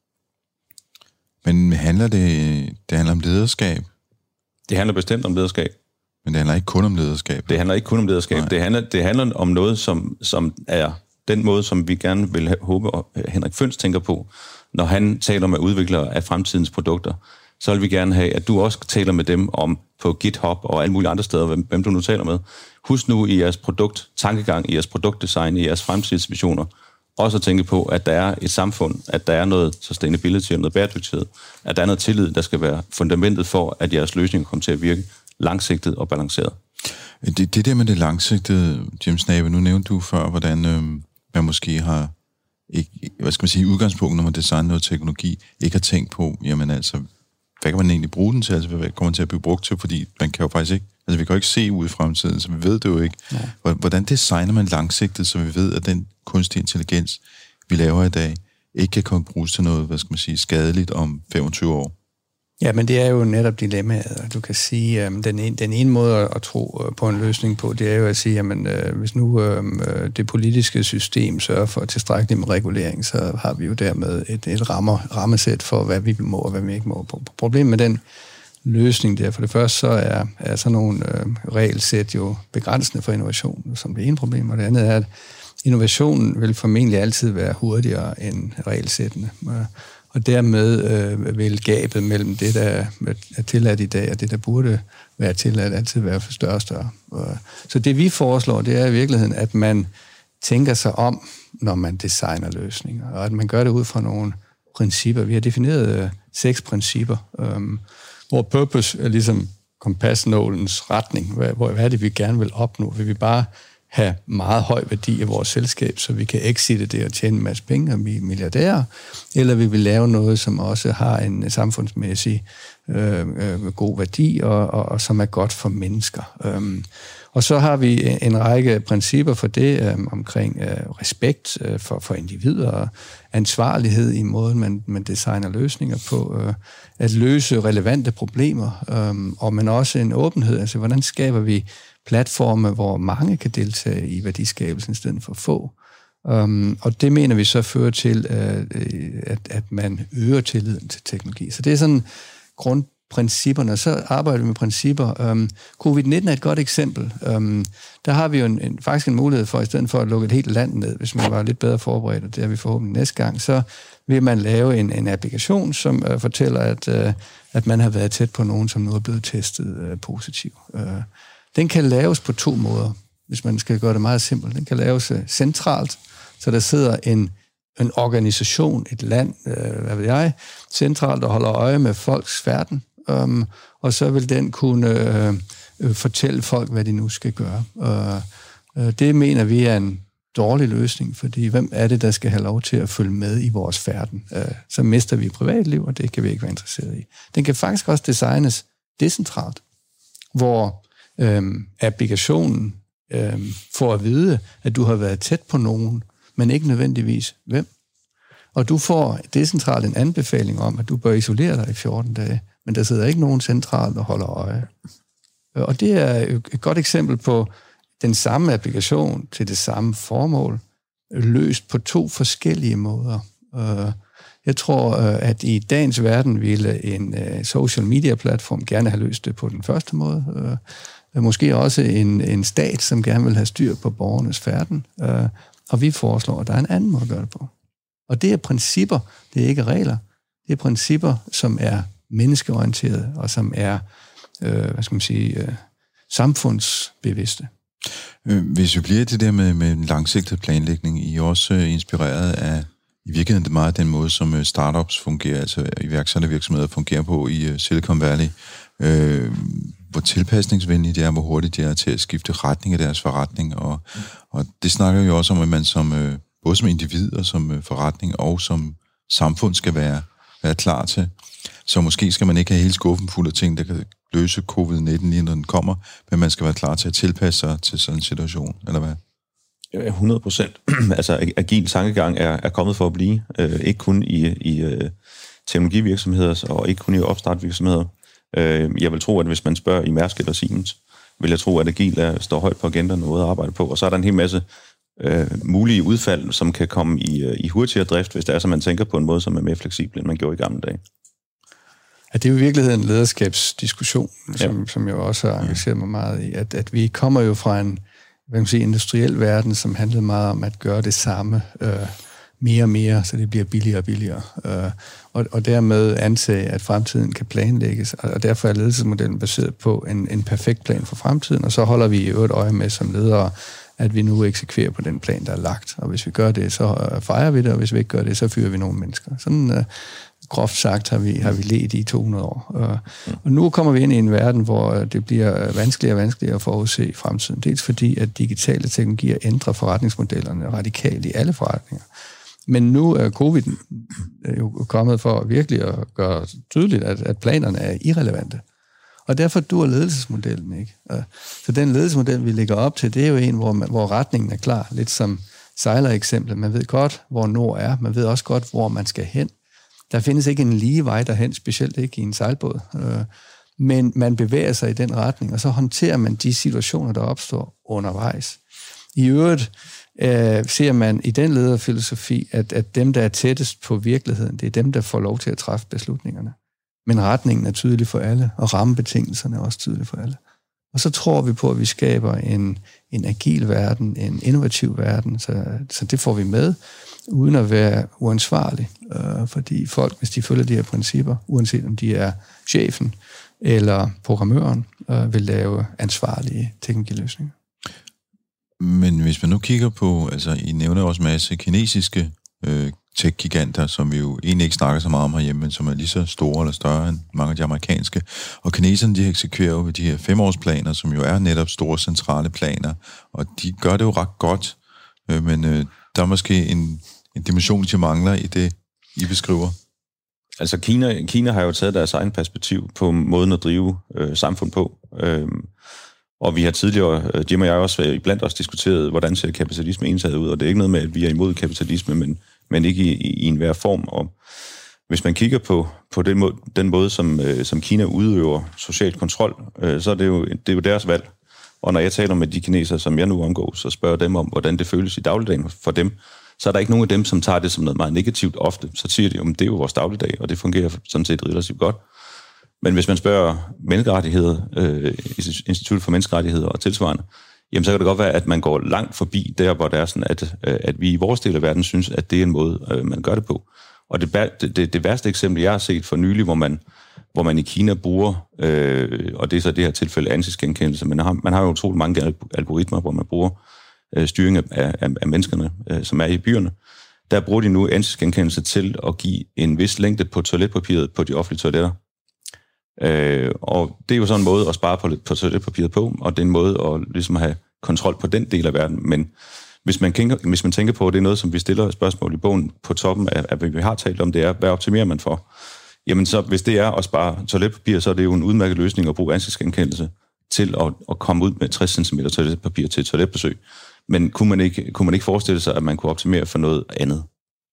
A: Men handler det, det handler om lederskab?
C: Det handler bestemt om lederskab.
A: Men det handler ikke kun om lederskab?
C: Det handler ikke kun om lederskab. Det handler, det handler om noget, som, som er den måde, som vi gerne vil håbe, at Henrik Føns tænker på, når han taler med udviklere af fremtidens produkter. Så vil vi gerne have, at du også taler med dem om på GitHub og alle mulige andre steder, hvem, hvem du nu taler med. Husk nu i jeres produkt, tankegang, i jeres produktdesign, i jeres fremtidsvisioner, også at tænke på, at der er et samfund, at der er noget sustainability og noget bæredygtighed, at der er noget tillid, der skal være fundamentet for, at jeres løsninger kommer til at virke langsigtet og balanceret.
A: Det, det der med det langsigtede, Jim Snabe, nu nævnte du før, hvordan øh, man måske har, ikke, hvad skal man sige, udgangspunkt, når man designer noget teknologi, ikke har tænkt på, jamen altså, hvad kan man egentlig bruge den til, altså hvad kommer den til at blive brugt til, fordi man kan jo faktisk ikke, altså vi kan jo ikke se ud i fremtiden, så vi ved det jo ikke. Ja. Hvordan designer man langsigtet, så vi ved, at den kunstig intelligens, vi laver i dag, ikke kan komme bruges til noget, hvad skal man sige, skadeligt om femogtyve år?
D: Ja, men det er jo netop dilemmaet. Du kan sige, at den, en, den ene måde at tro på en løsning på, det er jo at sige, at hvis nu øh, det politiske system sørger for tilstrækkelig med regulering, så har vi jo dermed et, et rammer, rammesæt for, hvad vi må og hvad vi ikke må. Problemet med den løsning der, for det første, så er, er sådan nogle øh, regelsæt jo begrænsende for innovation, som det ene problem, og det andet er, at innovationen vil formentlig altid være hurtigere end regelsættene. Og dermed øh, vil gabet mellem det, der er tilladt i dag, og det, der burde være tilladt, altid være for større og større. Så det, vi foreslår, det er i virkeligheden, at man tænker sig om, når man designer løsninger, og at man gør det ud fra nogle principper. Vi har defineret øh, seks principper, øh, hvor purpose er ligesom kompasnålens retning. Hvad, hvad er det, vi gerne vil opnå? Vil vi bare have meget høj værdi af vores selskab, så vi kan exitte det og tjene en masse penge og blive milliardærer, eller vi vil lave noget, som også har en samfundsmæssig øh, øh, god værdi, og, og, og som er godt for mennesker. Um, og så har vi en række principper for det, um, omkring uh, respekt uh, for, for individer, og ansvarlighed i måden, man, man designer løsninger på, uh, at løse relevante problemer, um, og men også en åbenhed, altså hvordan skaber vi platforme, hvor mange kan deltage i værdiskabelsen i stedet for få. Um, og det mener vi så fører til, uh, at, at man øger tilliden til teknologi. Så det er sådan grundprincipperne. Så arbejder vi med principper. Um, covid nitten er et godt eksempel. Um, der har vi jo en, en, faktisk en mulighed for, i stedet for at lukke et helt land ned, hvis man var lidt bedre forberedt, og det er vi forhåbentlig næste gang, så vil man lave en, en applikation, som uh, fortæller, at, uh, at man har været tæt på nogen, som nu er blevet testet uh, positiv. Uh, Den kan laves på to måder, hvis man skal gøre det meget simpelt. Den kan laves centralt, så der sidder en, en organisation, et land, øh, hvad ved jeg, centralt, der holder øje med folks færden, um, og så vil den kunne øh, fortælle folk, hvad de nu skal gøre. Og, øh, det mener vi er en dårlig løsning, fordi hvem er det, der skal have lov til at følge med i vores færden? Øh, så mister vi privatliv, og det kan vi ikke være interesseret i. Den kan faktisk også designes decentralt, hvor Øhm, applikationen øhm, får at vide, at du har været tæt på nogen, men ikke nødvendigvis hvem. Og du får decentralt en anbefaling om, at du bør isolere dig i fjorten dage, men der sidder ikke nogen centralt og holder øje. Og det er et godt eksempel på den samme applikation til det samme formål, løst på to forskellige måder. Jeg tror, at i dagens verden ville en social media platform gerne have løst det på den første måde. Måske også en, en stat, som gerne vil have styr på borgernes færden. Og vi foreslår, at der er en anden måde at gøre det på. Og det er principper, det er ikke regler. Det er principper, som er menneskeorienterede, og som er, øh, hvad skal man sige, øh, samfundsbevidste.
A: Hvis vi bliver det der med, med langsigtet planlægning, I er også inspireret af i virkeligheden det meget den måde, som startups fungerer, altså iværksættervirksomheder fungerer på i Silicon Valley. Øh, hvor tilpasningsvenlige de er, hvor hurtigt de er til at skifte retning af deres forretning. Og, og det snakker jo også om, at man som, både som individ og som forretning og som, samfund skal være, være klar til. Så måske skal man ikke have hele skuffen fuld af ting, der kan løse covid nitten lige når den kommer, men man skal være klar til at tilpasse sig til sådan en situation, eller hvad?
C: hundrede procent. Altså, agil tankegang er, er kommet for at blive. Øh, ikke kun i, i øh, teknologivirksomheder, og ikke kun i opstartvirksomheder. Øh, jeg vil tro, at hvis man spørger i Mærsk eller Siemens, vil jeg tro, at agil er, står højt på agendaen, noget at arbejde på. Og så er der en hel masse øh, mulige udfald, som kan komme i, i hurtigere drift, hvis det er, så man tænker på en måde, som er mere fleksibel, end man gjorde i gamle dage.
D: Ja, det er jo i virkeligheden en lederskabsdiskussion, som,
C: ja.
D: som jeg også har engageret mig meget i. At, at vi kommer jo fra en hvad kan man sige, industriel verden, som handlede meget om at gøre det samme øh, mere og mere, så det bliver billigere og billigere. Øh, og, og dermed antage, at fremtiden kan planlægges. Og derfor er ledelsesmodellen baseret på en, en perfekt plan for fremtiden, og så holder vi i øvrigt øje med som ledere, at vi nu eksekverer på den plan, der er lagt. Og hvis vi gør det, så fejrer vi det, og hvis vi ikke gør det, så fyrer vi nogle mennesker. Sådan øh, groft sagt har vi, har vi ledt i to hundrede år. Øh, og nu kommer vi ind i en verden, hvor det bliver vanskeligere og vanskeligere at forudse i fremtiden. Dels fordi, at digitale teknologier ændrer forretningsmodellerne radikalt i alle forretninger. Men nu er covid jo kommet for virkelig at gøre tydeligt, at, at planerne er irrelevante. Og derfor dur ledelsesmodellen ikke. Så den ledelsesmodel, vi lægger op til, det er jo en, hvor, man, hvor retningen er klar. Lidt som sejlereksemplet. Man ved godt, hvor nord er. Man ved også godt, hvor man skal hen. Der findes ikke en lige vej derhen, specielt ikke i en sejlbåd. Men man bevæger sig i den retning, og så håndterer man de situationer, der opstår undervejs. I øvrigt øh, ser man i den lederfilosofi, at, at dem, der er tættest på virkeligheden, det er dem, der får lov til at træffe beslutningerne. Men retningen er tydelig for alle, og rammebetingelserne er også tydelige for alle. Og så tror vi på, at vi skaber en, en agil verden, en innovativ verden, så, så det får vi med, uden at være uansvarlig. Øh, fordi folk, hvis de følger de her principper, uanset om de er chefen eller programmøren, øh, vil lave ansvarlige teknologiløsninger.
A: Men hvis man nu kigger på, altså I nævner også en masse kinesiske øh, tech-giganter, som vi jo egentlig ikke snakker så meget om herhjemme, men som er lige så store eller større end mange af de amerikanske. Og kineserne, de eksekverer jo de her femårsplaner, som jo er netop store centrale planer, og de gør det jo ret godt, øh, men øh, der er måske en, en dimension, de mangler i det, I beskriver.
C: Altså Kina, Kina har jo taget deres egen perspektiv på måden at drive øh, samfund på. Øh, Og vi har tidligere, Jim og jeg også blandt os diskuteret, hvordan ser kapitalisme ensat ud, og det er ikke noget med, at vi er imod kapitalisme, men, men ikke i, i enhver form. Og hvis man kigger på, på den, måde, den måde, som, som Kina udøver social kontrol, så er det, jo, det er jo deres valg. Og når jeg taler med de kinesere, som jeg nu omgår, så spørger dem om, hvordan det føles i dagligdagen for dem, så er der ikke nogen af dem, som tager det som noget meget negativt ofte. Så siger de, at det er jo vores dagligdag, og det fungerer sådan set relativt godt. Men hvis man spørger menneskerettigheder, øh, Institut for Menneskerettigheder og tilsvarende, jamen så kan det godt være, at man går langt forbi der, hvor det er sådan, at, at vi i vores del af verden synes, at det er en måde, øh, man gør det på. Og det, det, det værste eksempel, jeg har set for nylig, hvor man, hvor man i Kina bruger, øh, og det er så det her tilfælde ansigtsgenkendelse, men man har, man har jo utroligt mange algoritmer, hvor man bruger øh, styring af, af, af menneskerne, øh, som er i byerne. Der bruger de nu ansigtsgenkendelse til at give en vis længde på toiletpapiret på de offentlige toiletter. Øh, og det er jo sådan en måde at spare på, på toiletpapiret på, og det er en måde at ligesom have kontrol på den del af verden. Men hvis man, tænker, hvis man tænker på, at det er noget, som vi stiller spørgsmål i bogen på toppen af, af hvad vi har talt om, det er, hvad optimerer man for? Jamen så, hvis det er at spare toiletpapir, så er det jo en udmærket løsning at bruge ansigtsgenkendelse til at, at komme ud med tres centimeter toiletpapir til et toiletbesøg. Men kunne man, ikke, kunne man ikke forestille sig, at man kunne optimere for noget andet?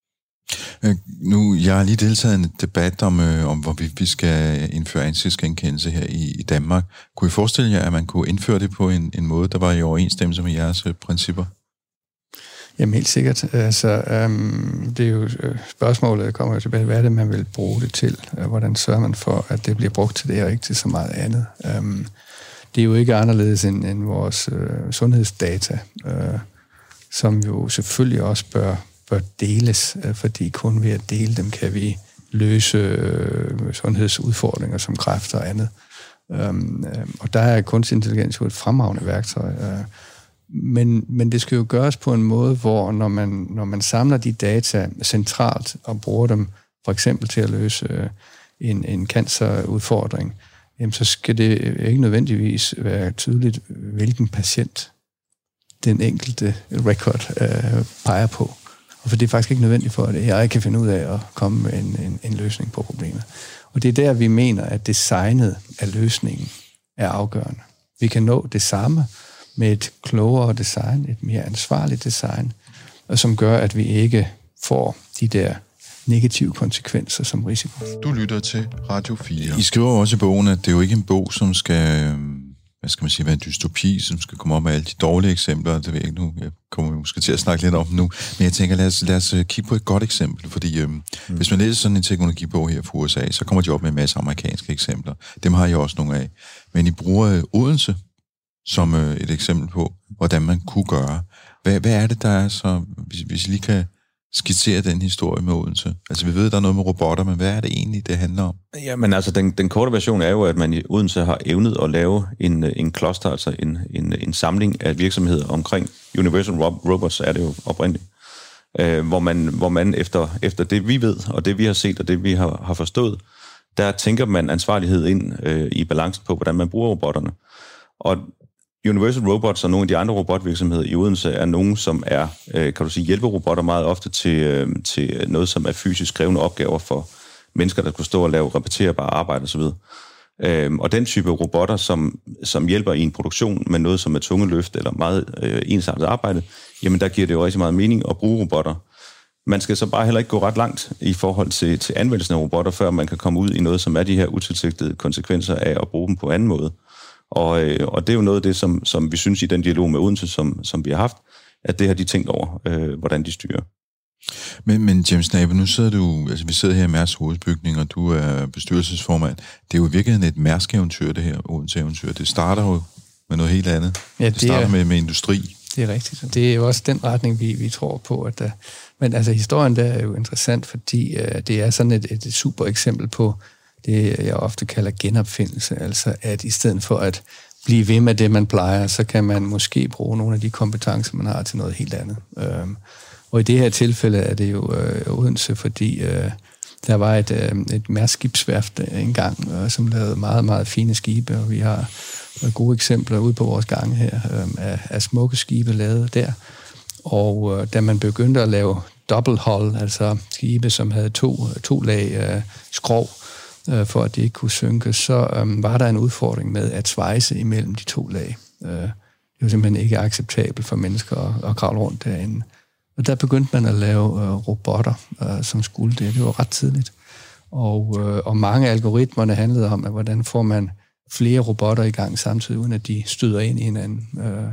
A: Nu, jeg har lige deltaget i en debat om, øh, om hvorvidt vi skal indføre ansigtsgenkendelse her i, i Danmark. Kunne I forestille jer, at man kunne indføre det på en, en måde, der var i overensstemmelse med jeres øh, principper?
D: Jamen helt sikkert. Altså, øhm, det er jo spørgsmålet, kommer jo tilbage, hvad er det, man vil bruge det til? Hvordan sørger man for, at det bliver brugt til det, og ikke til så meget andet? Øhm, det er jo ikke anderledes end, end vores øh, sundhedsdata, øh, som jo selvfølgelig også bør bør deles, fordi kun ved at dele dem kan vi løse øh, sundhedsudfordringer som kræft og andet. Øhm, øh, og der er kunstig intelligens jo et fremragende værktøj. Øh, men, men det skal jo gøres på en måde, hvor når man, når man samler de data centralt og bruger dem for eksempel til at løse øh, en, en cancerudfordring, jamen, så skal det ikke nødvendigvis være tydeligt, hvilken patient den enkelte record øh, peger på. for det er faktisk ikke nødvendigt for, at jeg kan finde ud af at komme med en, en, en løsning på problemet. Og det er der, vi mener, at designet af løsningen er afgørende. Vi kan nå det samme med et klogere design, et mere ansvarligt design, som gør, at vi ikke får de der negative konsekvenser som risiko.
A: Du lytter til Radio fire. I skriver også i bogen, at det er jo ikke en bog, som skal, hvad skal man sige, være en dystopi, som skal komme op med alle de dårlige eksempler. Det ved jeg ikke nu. Jeg kommer måske til at snakke lidt om nu. Men jeg tænker, lad os, lad os kigge på et godt eksempel, fordi øhm, mm. hvis man læser sådan en teknologibog her fra U S A, så kommer de op med en masse amerikanske eksempler. Dem har I også nogle af. Men I bruger øh, Odense som øh, et eksempel på, hvordan man kunne gøre. Hvad, hvad er det, der er så, hvis, hvis I lige kan skitsere den historie med Odense? Altså, vi ved, at der er noget med robotter, men hvad er det egentlig, det handler om?
C: Jamen, altså, den, den korte version er jo, at man i Odense har evnet at lave en, en cluster, altså en, en, en samling af virksomheder omkring Universal Robots, er det jo oprindeligt. Øh, hvor man, hvor man efter, efter det, vi ved, og det, vi har set, og det, vi har, har forstået, der tænker man ansvarlighed ind øh, i balancen på, hvordan man bruger robotterne. Og Universal Robots og nogle af de andre robotvirksomheder i Odense er nogle, som er, kan du sige, hjælperobotter meget ofte til, til noget, som er fysisk krævende opgaver for mennesker, der kunne stå og lave repeterbare arbejde osv. Og den type robotter, som, som hjælper i en produktion med noget, som er tungeløft eller meget øh, ensartet arbejde, jamen der giver det jo rigtig meget mening at bruge robotter. Man skal så bare heller ikke gå ret langt i forhold til, til anvendelsen af robotter, før man kan komme ud i noget, som er de her utilsigtede konsekvenser af at bruge dem på anden måde. Og, øh, og det er jo noget af det, som, som vi synes i den dialog med Odense, som, som vi har haft, at det har de tænkt over, øh, hvordan de styrer.
A: Men, men James Naber, nu sidder du, altså vi sidder her i Mærsks hovedbygning, og du er bestyrelsesformand. Det er jo virkelig et Mærsk-eventyr, det her Odense-eventyr. Det starter jo med noget helt andet. Ja, det, det starter er, med, med industri.
D: Det er rigtigt. Det er jo også den retning, vi, vi tror på. At der, men altså, historien der er jo interessant, fordi uh, det er sådan et, et super eksempel på det, jeg ofte kalder genopfindelse. Altså, at i stedet for at blive ved med det, man plejer, så kan man måske bruge nogle af de kompetencer, man har til noget helt andet. Um, og i det her tilfælde er det jo uh, Odense, fordi uh, der var et, uh, et Mærsk-skibsværft engang, uh, som lavede meget, meget fine skibe, og vi har gode eksempler ude på vores gange her uh, af, af smukke skibe lavet der. Og uh, da man begyndte at lave double hull, altså skibe, som havde to, to lag uh, skrov, uh, for at de ikke kunne synke, så um, var der en udfordring med at svejse imellem de to lag. Uh, det var simpelthen ikke acceptabelt for mennesker at, at kravle rundt derinde. Og der begyndte man at lave uh, robotter, uh, som skulle det. Det var ret tidligt. Og, uh, og mange af algoritmerne handlede om, at hvordan får man flere robotter i gang samtidig, uden at de støder ind i hinanden. Uh,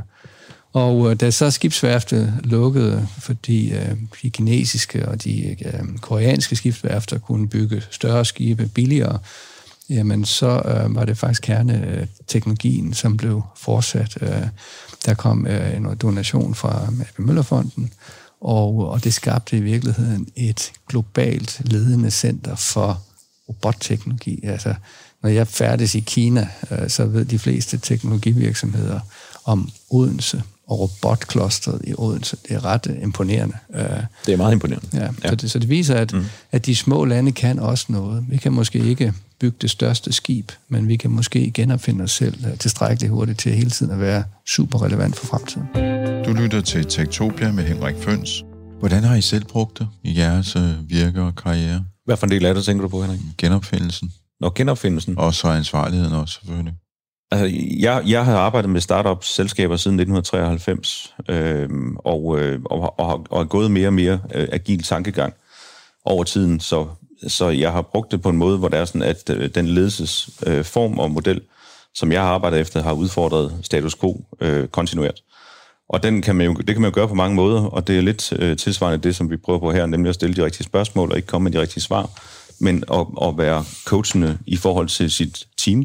D: og uh, da så skibsværftet lukkede, fordi uh, de kinesiske og de uh, koreanske skibsværfter kunne bygge større skibe billigere, jamen så uh, var det faktisk kerneteknologien, som blev fortsat. Uh, der kom uh, en donation fra A P Møller-fonden, og, og det skabte i virkeligheden et globalt ledende center for robotteknologi. Altså, når jeg færdes i Kina, uh, så ved de fleste teknologivirksomheder om Odense og robotklosteret i Odense. Det er ret imponerende.
C: Det er meget imponerende.
D: Ja, ja. Så, det, så det viser, at, mm. at de små lande kan også noget. Vi kan måske ikke bygge det største skib, men vi kan måske genopfinde os selv tilstrækkeligt hurtigt til hele tiden at være super relevant for fremtiden.
A: Du lytter til Techtopia med Henrik Føns. Hvordan har I selv brugt det i jeres virke og karriere?
C: Hvad for en del af det tænker du på, Henrik?
A: Genopfindelsen.
C: Nå, genopfindelsen.
A: Og så ansvarligheden også, selvfølgelig.
C: Altså, jeg, jeg har arbejdet med startup-selskaber siden nitten treoghalvfems, øh, og, øh, og, og, og har gået mere og mere øh, agil tankegang over tiden, så, så jeg har brugt det på en måde, hvor det er sådan, at øh, den ledelsesform øh, og model, som jeg har arbejdet efter, har udfordret status quo øh, kontinuert. Og den kan man jo, det kan man jo gøre på mange måder, og det er lidt øh, tilsvarende det, som vi prøver på her, nemlig at stille de rigtige spørgsmål og ikke komme med de rigtige svar, men at, at være coachende i forhold til sit team,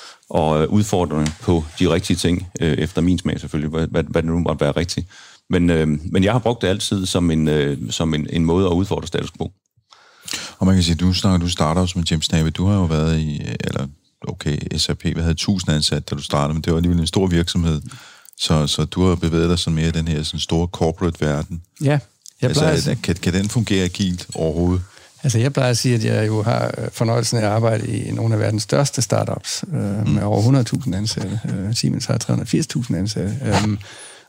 C: og udfordrende på de rigtige ting, øh, efter min smag selvfølgelig, hvad, hvad, hvad det nu måtte være rigtigt. Men, øh, men jeg har brugt det altid som en, øh, som en, en måde at udfordre status quo.
A: Og man kan sige, du snakker, du starter også med James Naber. Du har jo været i, eller okay, S A P, hvad havde tusind ansat, da du startede, men det var alligevel en stor virksomhed. Så, så du har bevæget dig sådan mere i den her sådan store corporate verden.
D: Ja, jeg plejer altså,
A: at... kan, kan den fungere agilt overhovedet?
D: Altså, jeg plejer at sige, at jeg jo har fornøjelsen af at arbejde i nogle af verdens største startups, øh, med over hundrede tusind ansatte. Øh, Siemens har tre hundrede og firs tusind ansatte. Øh,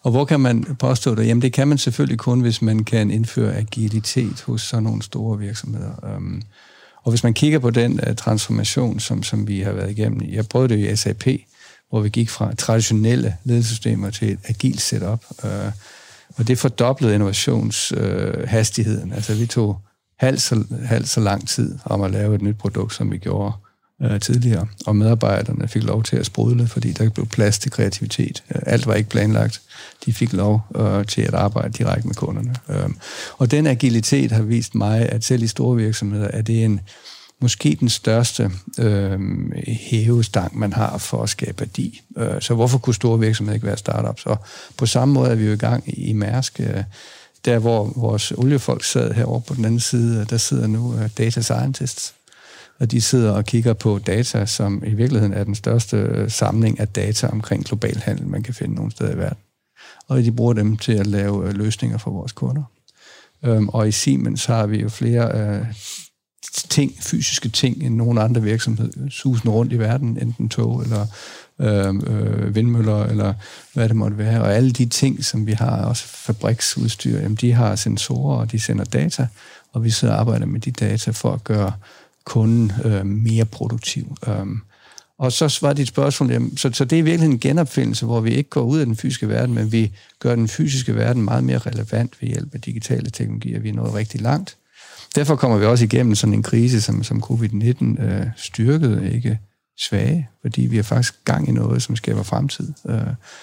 D: Og hvor kan man påstå det? Jamen det kan man selvfølgelig kun, hvis man kan indføre agilitet hos sådan nogle store virksomheder. Um, og hvis man kigger på den uh, transformation, som, som vi har været igennem, jeg prøvede det i S A P, hvor vi gik fra traditionelle ledelsessystemer til et agilt setup, uh, og det fordoblede innovationshastigheden. Uh, altså vi tog halvt så, halvt så lang tid om at lave et nyt produkt, som vi gjorde øh, tidligere. Og medarbejderne fik lov til at sprudle, fordi der blev plads til kreativitet. Alt var ikke planlagt. De fik lov øh, til at arbejde direkte med kunderne. Øh, og den agilitet har vist mig, at selv i store virksomheder er det en måske den største øh, hævestang, man har for at skabe værdi. Øh, så hvorfor kunne store virksomheder ikke være startups? Og på samme måde er vi jo i gang i, i Mærsk. Øh, der, hvor vores oliefolk sad herovre på den anden side, der sidder nu uh, data scientists, og de sidder og kigger på data, som i virkeligheden er den største samling af data omkring global handel, man kan finde nogle steder i verden. Og de bruger dem til at lave uh, løsninger for vores kunder. Um, og i Siemens har vi jo flere uh, ting, fysiske ting, end nogen andre virksomheder, susende rundt i verden, enten tog eller Øh, øh, vindmøller, eller hvad det måtte være. Og alle de ting, som vi har, også fabriksudstyr, jamen de har sensorer, og de sender data, og vi sidder og arbejder med de data for at gøre kunden øh, mere produktiv. Um, og så var det et spørgsmål, jamen, så, så det er virkelig en genopfindelse, hvor vi ikke går ud af den fysiske verden, men vi gør den fysiske verden meget mere relevant ved hjælp af digitale teknologier. Vi er nået rigtig langt. Derfor kommer vi også igennem sådan en krise, som, som covid nitten øh, styrkede, ikke svage, fordi vi har faktisk gang i noget, som skaber fremtid. Øh,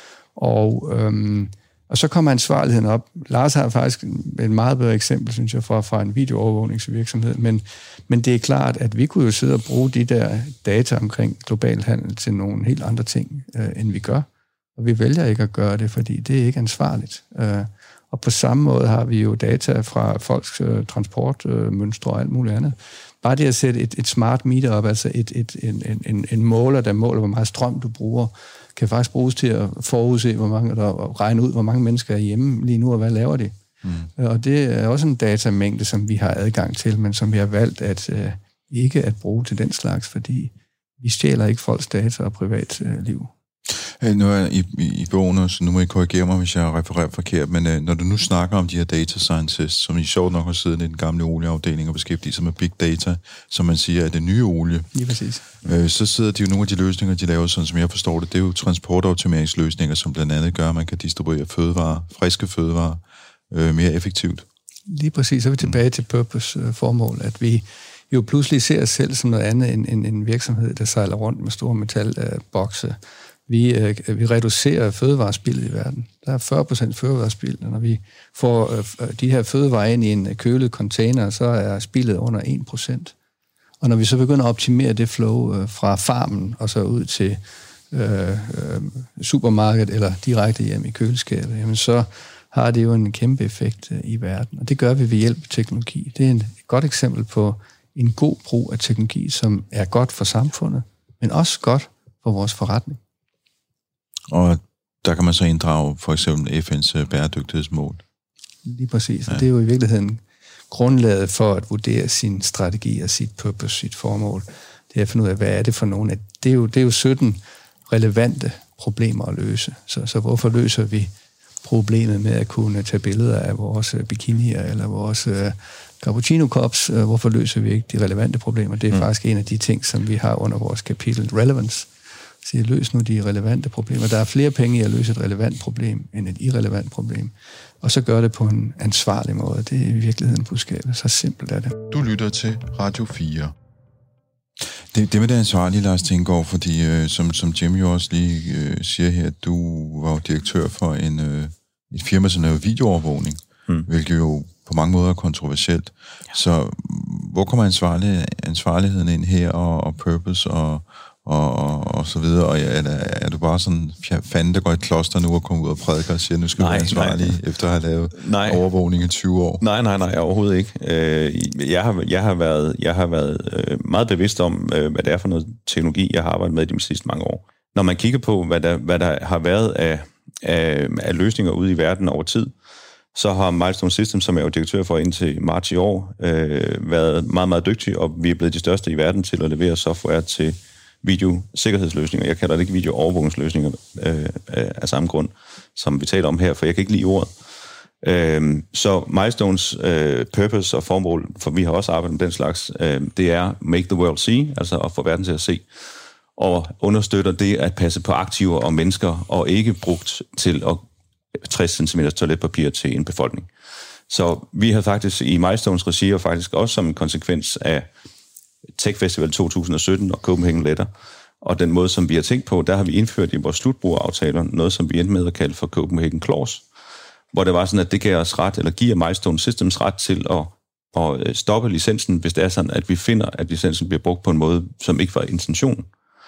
D: og, øhm, og så kommer ansvarligheden op. Lars har faktisk et meget bedre eksempel, synes jeg, fra, fra en videoovervågningsvirksomhed, men, men det er klart, at vi kunne jo sidde og bruge de der data omkring global handel til nogle helt andre ting, øh, end vi gør. Og vi vælger ikke at gøre det, fordi det er ikke ansvarligt. Øh, og på samme måde har vi jo data fra folks øh, transportmønstre øh, og alt muligt andet. Bare det at sætte et, et smart meter op, altså et, et, en, en, en måler, der måler, hvor meget strøm du bruger, kan faktisk bruges til at forudse, hvor mange, der regne ud, hvor mange mennesker er hjemme lige nu, og hvad laver de. Mm. Og det er også en datamængde, som vi har adgang til, men som vi har valgt at uh, ikke at bruge til den slags, fordi vi stjæler ikke folks data og privatliv. Uh,
A: Nu er I, i, i bogen, så nu må I korrigere mig, hvis jeg refererer forkert, men øh, når du nu snakker om de her data scientists, som I sjovt nok har siddet i den gamle olieafdeling og beskæftiget sig med big data, som man siger er det nye olie.
D: Ja, præcis.
A: Øh, så sidder de jo nogle af de løsninger, de laver, sådan som jeg forstår det, det er jo transportoptimeringsløsninger, som blandt andet gør, at man kan distribuere fødevarer, friske fødevarer, øh, mere effektivt.
D: Lige præcis, så er vi tilbage mm. til purpose-formål, at vi jo pludselig ser os selv som noget andet end en, en virksomhed, der sejler rundt med store metalbokse. Vi, øh, vi reducerer fødevarespildet i verden. Der er fyrre procent fødevarespild, og når vi får øh, de her fødevarer ind i en kølet container, så er spildet under en procent. Og når vi så begynder at optimere det flow øh, fra farmen og så ud til øh, øh, supermarkedet eller direkte hjem i køleskabet, jamen så har det jo en kæmpe effekt øh, i verden. Og det gør vi ved hjælp af teknologi. Det er et godt eksempel på en god brug af teknologi, som er godt for samfundet, men også godt for vores forretning.
A: Og der kan man så inddrage for eksempel F N's bæredygtighedsmål.
D: Lige præcis. Ja. Det er jo i virkeligheden grundlaget for at vurdere sin strategi og sit purpose, sit formål. Det er at finde ud af, hvad er det for nogle af... Det er jo, det er jo sytten relevante problemer at løse. Så, så hvorfor løser vi problemet med at kunne tage billeder af vores bikinier eller vores uh, cappuccino cups? Uh, hvorfor løser vi ikke de relevante problemer? Det er mm. faktisk en af de ting, som vi har under vores kapitel Relevance. Så løs nu de relevante problemer. Der er flere penge i at løse et relevant problem, end et irrelevant problem. Og så gør det på en ansvarlig måde. Det er i virkeligheden budskabet. Så simpelt er det.
A: Du lytter til Radio fire. Det, det med det ansvarlige, Lars Tinggaard, fordi øh, som, som Jim jo også lige øh, siger her, du var jo direktør for en, øh, et firma, som lavede videoovervågning, hmm. hvilket jo på mange måder er kontroversielt. Ja. Så hvor kommer ansvarlig, ansvarligheden ind her, og, og purpose, og Og, og, og så videre, og er, er du bare sådan fanden, der går i et kloster nu og kommer ud og prædiker og siger, nu skal du være ansvarlig nej. efter at have lavet nej. overvågning i tyve år?
C: Nej, nej, nej, overhovedet ikke. Jeg har, jeg har været, jeg har været meget bevidst om, hvad det er for noget teknologi, jeg har arbejdet med de sidste mange år. Når man kigger på, hvad der, hvad der har været af, af, af løsninger ude i verden over tid, så har Milestone Systems, som jeg er jo direktør for indtil marts i år, øh, været meget, meget dygtig, og vi er blevet de største i verden til at levere software til videosikkerhedsløsninger. Jeg kalder det ikke videoovervågningsløsninger øh, af samme grund, som vi taler om her, for jeg kan ikke lide ordet. Øh, så Milestones øh, purpose og formål, for vi har også arbejdet med den slags, øh, det er make the world see, altså at få verden til at se, og understøtter det at passe på aktiver og mennesker, og ikke brugt til at tres centimeter toiletpapir til en befolkning. Så vi har faktisk i Milestones regi, og faktisk også som en konsekvens af Tech Festival to tusind og sytten og Copenhagen Letter, og den måde, som vi har tænkt på, der har vi indført i vores slutbrugeraftaler noget, som vi endte med at kalde for Copenhagen Clause, hvor det var sådan, at det gav os ret, eller giver Milestone Systems ret til at, at stoppe licensen, hvis det er sådan, at vi finder, at licensen bliver brugt på en måde, som ikke var intention.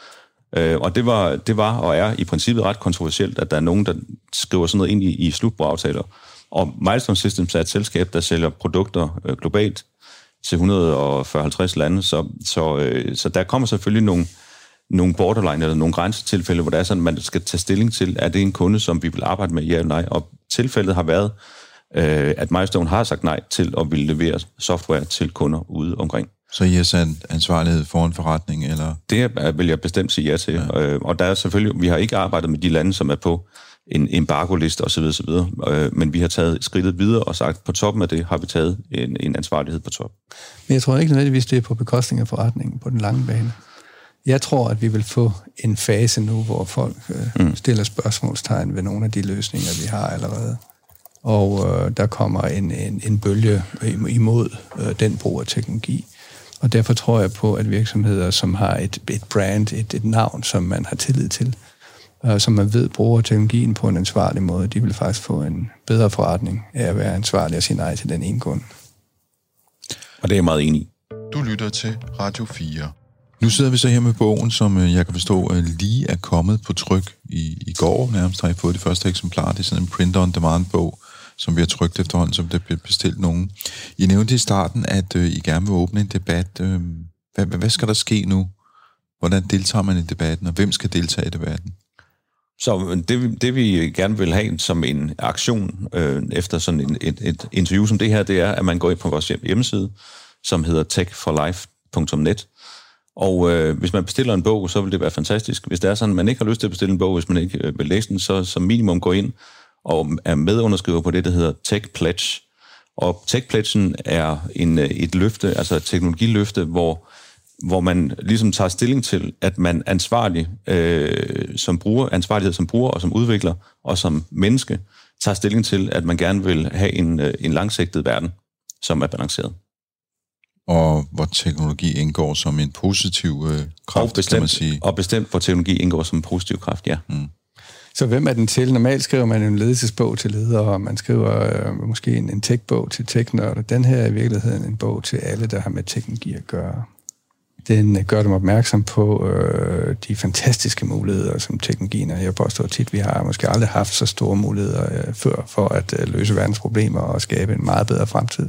C: Og det var, det var og er i princippet ret kontroversielt, at der er nogen, der skriver sådan noget ind i, i slutbrugeraftaler. Og Milestone Systems er et selskab, der sælger produkter øh, globalt til et hundrede og fyrre til halvtreds lande, så, så, øh, så der kommer selvfølgelig nogle, nogle borderline eller nogle grænsetilfælde, hvor der er sådan, man skal tage stilling til, er det en kunde, som vi vil arbejde med, ja eller nej. Og tilfældet har været, øh, at Milestone har sagt nej til at ville levere software til kunder ude omkring.
A: Så I har sat ansvarlighed foran forretning, eller?
C: Det vil jeg bestemt sige ja til. Ja. Øh, og der er selvfølgelig, vi har ikke arbejdet med de lande, som er på en embargo-liste osv. osv. Øh, men vi har taget skridtet videre og sagt, på toppen af det har vi taget en, en ansvarlighed på top.
D: Men jeg tror ikke nødvendigvis, det er på bekostning af forretningen på den lange bane. Jeg tror, at vi vil få en fase nu, hvor folk øh, mm. stiller spørgsmålstegn ved nogle af de løsninger, vi har allerede. Og øh, der kommer en, en, en bølge imod øh, den brug af teknologi. Og derfor tror jeg på, at virksomheder, som har et, et brand, et, et navn, som man har tillid til, øh, som man ved bruger teknologien på en ansvarlig måde, de vil faktisk få en bedre forretning af at være ansvarlig og sige nej til den ene kunde.
C: Og det er jeg meget enig i.
A: Du lytter til Radio fire. Nu sidder vi så her med bogen, som jeg kan forstå lige er kommet på tryk i, i går. Nærmest har I fået det første eksemplar. Det er sådan en print-on-demand-bog, som vi har trykt efterhånden, som der bliver bestilt nogen. I nævnte i starten, at øh, I gerne vil åbne en debat. Øh, hvad, hvad skal der ske nu? Hvordan deltager man i debatten, og hvem skal deltage i debatten?
C: Så det, det vi gerne vil have som en aktion øh, efter sådan en, et, et interview som det her, det er, at man går ind på vores hjemmeside, som hedder tech for life punktum net. Og øh, hvis man bestiller en bog, så vil det være fantastisk. Hvis det er sådan, at man ikke har lyst til at bestille en bog, hvis man ikke øh, vil læse den, så som minimum gå ind og er medunderskriver på det, der hedder Tech Pledge. Og Tech Pledgen er en, et løfte, altså et teknologiløfte, hvor, hvor man ligesom tager stilling til, at man ansvarlig øh, som bruger, ansvarlighed som bruger og som udvikler og som menneske, tager stilling til, at man gerne vil have en, en langsigtet verden, som er balanceret.
A: Og hvor teknologi indgår som en positiv øh, kraft,
C: bestemt,
A: kan man sige.
C: Og bestemt, hvor teknologi indgår som en positiv kraft, ja. Mm.
D: Så hvem er den til? Normalt skriver man en ledelsesbog til ledere, og man skriver øh, måske en, en tech-bog til tech-nørder. Den her er i virkeligheden en bog til alle, der har med teknologi at gøre. Den øh, gør dem opmærksom på øh, de fantastiske muligheder, som teknologien er. Jeg påstår tit, vi har måske aldrig haft så store muligheder øh, før for at øh, løse verdens problemer og skabe en meget bedre fremtid.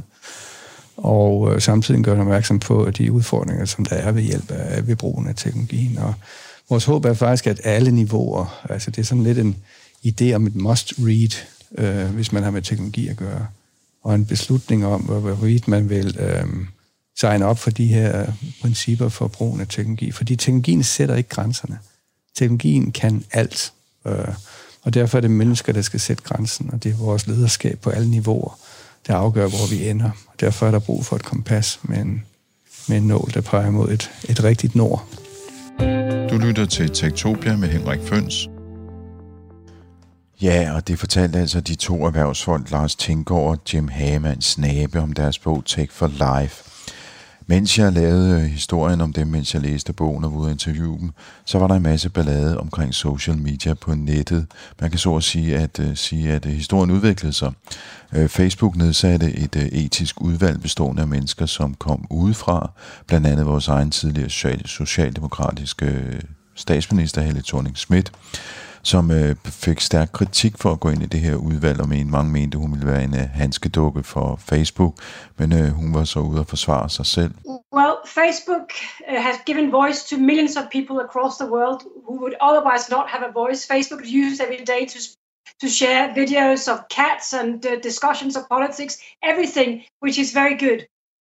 D: Og øh, samtidig gør dem opmærksom på de udfordringer, som der er ved hjælp af ved brugen af teknologien. Og vores håb er faktisk, at alle niveauer, altså det er sådan lidt en idé om et must-read, øh, hvis man har med teknologi at gøre, og en beslutning om, hvorvidt man vil øh, signe op for de her principper for brugen af teknologi. Fordi teknologien sætter ikke grænserne. Teknologien kan alt, øh, og derfor er det mennesker, der skal sætte grænsen, og det er vores lederskab på alle niveauer, der afgør, hvor vi ender. Og derfor er der brug for et kompas med en, med en nål, der peger mod et, et rigtigt nord.
A: Du lytter til Techtopia med Henrik Føns. Ja, og det fortalte altså de to erhvervsfolk, Lars Tinggaard og Jim Hagemann Snabe, om deres bog Tech for Life. Mens jeg lavede historien om dem, mens jeg læste bogen og var ude at interviewe dem, så var der en masse ballade omkring social media på nettet. Man kan så at sige, at, uh, sige, at uh, historien udviklede sig. Uh, Facebook nedsatte et uh, etisk udvalg bestående af mennesker, som kom udefra, blandt andet vores egen tidligere social- socialdemokratiske uh, statsminister, Helle Thorning-Schmidt, som øh, fik stærk kritik for at gå ind i det her udvalg, og men mange mente, hun ville være en øh, handskedukke for Facebook, men øh, hun var så ude at forsvare sig selv.
E: Well, Facebook uh, has given voice to millions of people across the world who would otherwise not have a voice. Facebook is used every day to to share videos of cats and uh, discussions of politics, everything, which is very good.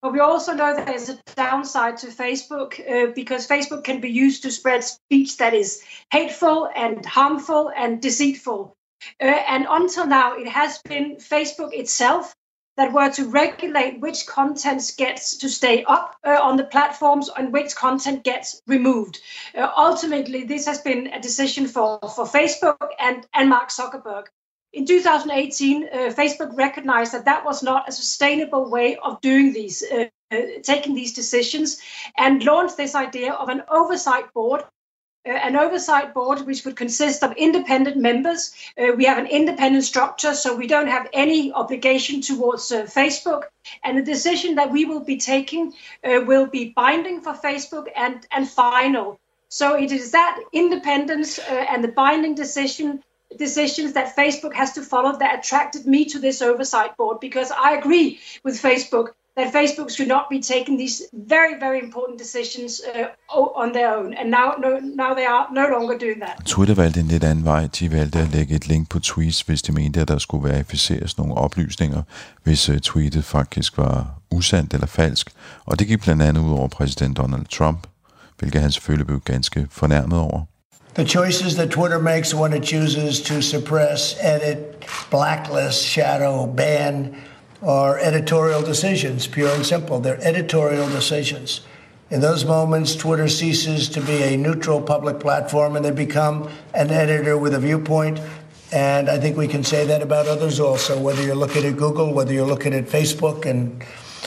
E: But we also know that there's a downside to Facebook uh, because Facebook can be used to spread speech that is hateful and harmful and deceitful. Uh, and until now, it has been Facebook itself that were to regulate which content gets to stay up uh, on the platforms and which content gets removed. Uh, ultimately, this has been a decision for, for Facebook and, and Mark Zuckerberg. In two thousand eighteen, uh, Facebook recognized that that was not a sustainable way of doing these, uh, uh, taking these decisions, and launched this idea of an oversight board. Uh, an oversight board which would consist of independent members. Uh, we have an independent structure, so we don't have any obligation towards uh, Facebook. And the decision that we will be taking uh, will be binding for Facebook and, and final. So it is that independence uh, and the binding decision decisions that Facebook has to follow that attracted me to this oversight board, because I agree with Facebook that Facebook should not be taking these very, very important decisions uh, on their own. And now, no, now they are no longer doing that.
A: Twitter valgte en lidt anden vej. De valgte at lægge et link på tweets, hvis de mente, at der skulle verificeres nogle oplysninger, hvis uh, tweetet faktisk var usandt eller falsk. Og det gik blandt andet ud over præsident Donald Trump, hvilket han selvfølgelig blev ganske fornærmet over.
F: The choices that Twitter makes when it chooses to suppress, edit, blacklist, shadow, ban, are editorial decisions, pure and simple. They're editorial decisions. In those moments, Twitter ceases to be a neutral public platform and they become an editor with a viewpoint. And I think we can say that about others also, whether you're looking at Google, whether you're looking at Facebook, and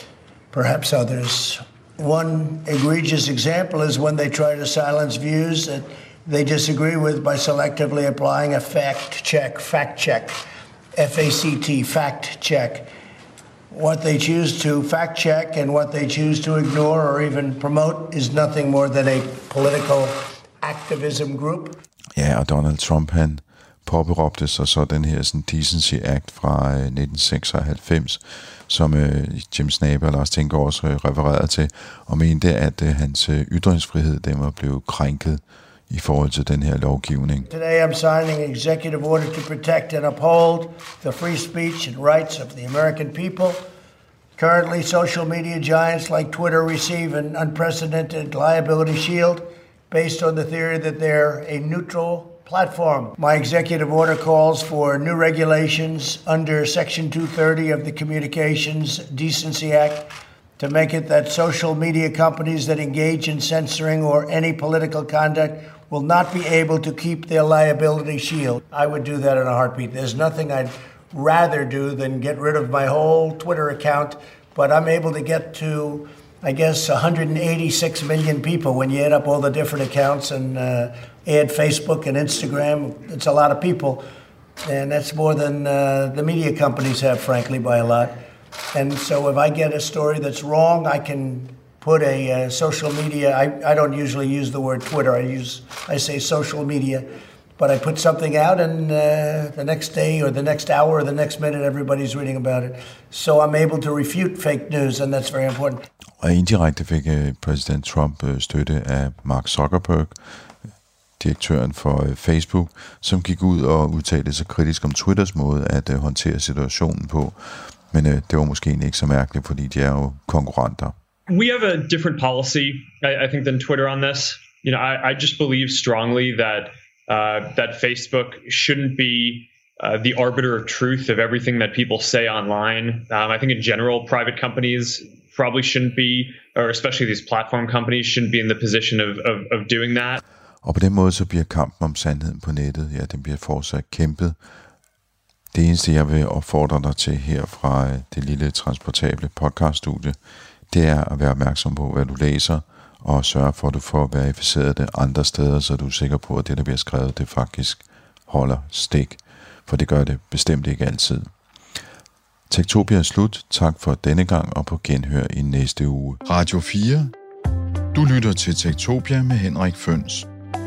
F: perhaps others. One egregious example is when they try to silence views that they disagree with by selectively applying a fact check, fact check, F A C T, fact check. What they choose to fact check and what they choose to ignore or even promote is nothing more than a political activism group.
A: Ja, og Donald Trump, han påberåbte sig så den her sådan, Decency Act fra øh, nitten seksoghalvfems, som øh, Jim Snape og Lars Tinker også øh, refererede til, og mente, at øh, hans øh, ytringsfrihed den var blevet krænket i forhold til den her lovgivning.
F: Today I'm signing an executive order to protect and uphold the free speech and rights of the American people. Currently, social media giants like Twitter receive an unprecedented liability shield based on the theory that they're a neutral platform. My executive order calls for new regulations under Section two thirty of the Communications Decency Act to make it that social media companies that engage in censoring or any political conduct will not be able to keep their liability shield. I would do that in a heartbeat. There's nothing I'd rather do than get rid of my whole Twitter account, but I'm able to get to, I guess, one hundred eighty-six million people when you add up all the different accounts and uh, add Facebook and Instagram. It's a lot of people, and that's more than uh, the media companies have, frankly, by a lot. And so if I get a story that's wrong, I can put a uh, social media, I, I don't usually use the word Twitter, I use, I say social media, but I put something out and uh, the next day or the next hour or the next minute, everybody's reading about it. So I'm able to refute fake news, and that's very important.
A: Og indirekte fik uh, præsident Trump uh, støtte af Mark Zuckerberg, direktøren for uh, Facebook, som gik ud og udtalte sig kritisk om Twitters måde at uh, håndtere situationen på. Men uh, det var måske ikke så mærkeligt, fordi de er jo konkurrenter.
G: We have a different policy, I, I think, than Twitter on this. You know, I, I just believe strongly that uh, that Facebook shouldn't be uh, the arbiter of truth of everything that people say online. Um, I think in general, private companies probably shouldn't be, or especially these platform companies, shouldn't be in the position of, of, of doing that.
A: Og på den måde så bliver kampen om sandheden på nettet, ja, den bliver fortsat kæmpet. Det eneste, jeg vil opfordre dig til her fra det lille transportable podcaststudie, det er at være opmærksom på, hvad du læser, og sørge for, at du får verificeret det andre steder, så du er sikker på, at det, der bliver skrevet, det faktisk holder stik. For det gør det bestemt ikke altid. Techtopia er slut. Tak for denne gang, og på genhør i næste uge. Radio fire. Du lytter til Techtopia med Henrik Føns.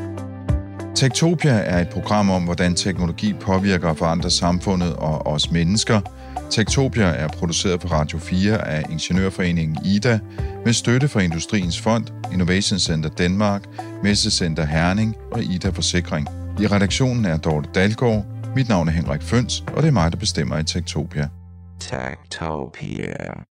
A: Techtopia er et program om, hvordan teknologi påvirker og forandrer samfundet og os mennesker. Techtopia er produceret på Radio fire af Ingeniørforeningen I D A med støtte fra Industriens Fond, Innovation Center Danmark, Messecenter Herning og I D A Forsikring. I redaktionen er Dorte Dalgaard. Mit navn er Henrik Føns, og det er mig, der bestemmer i Techtopia.
B: Techtopia.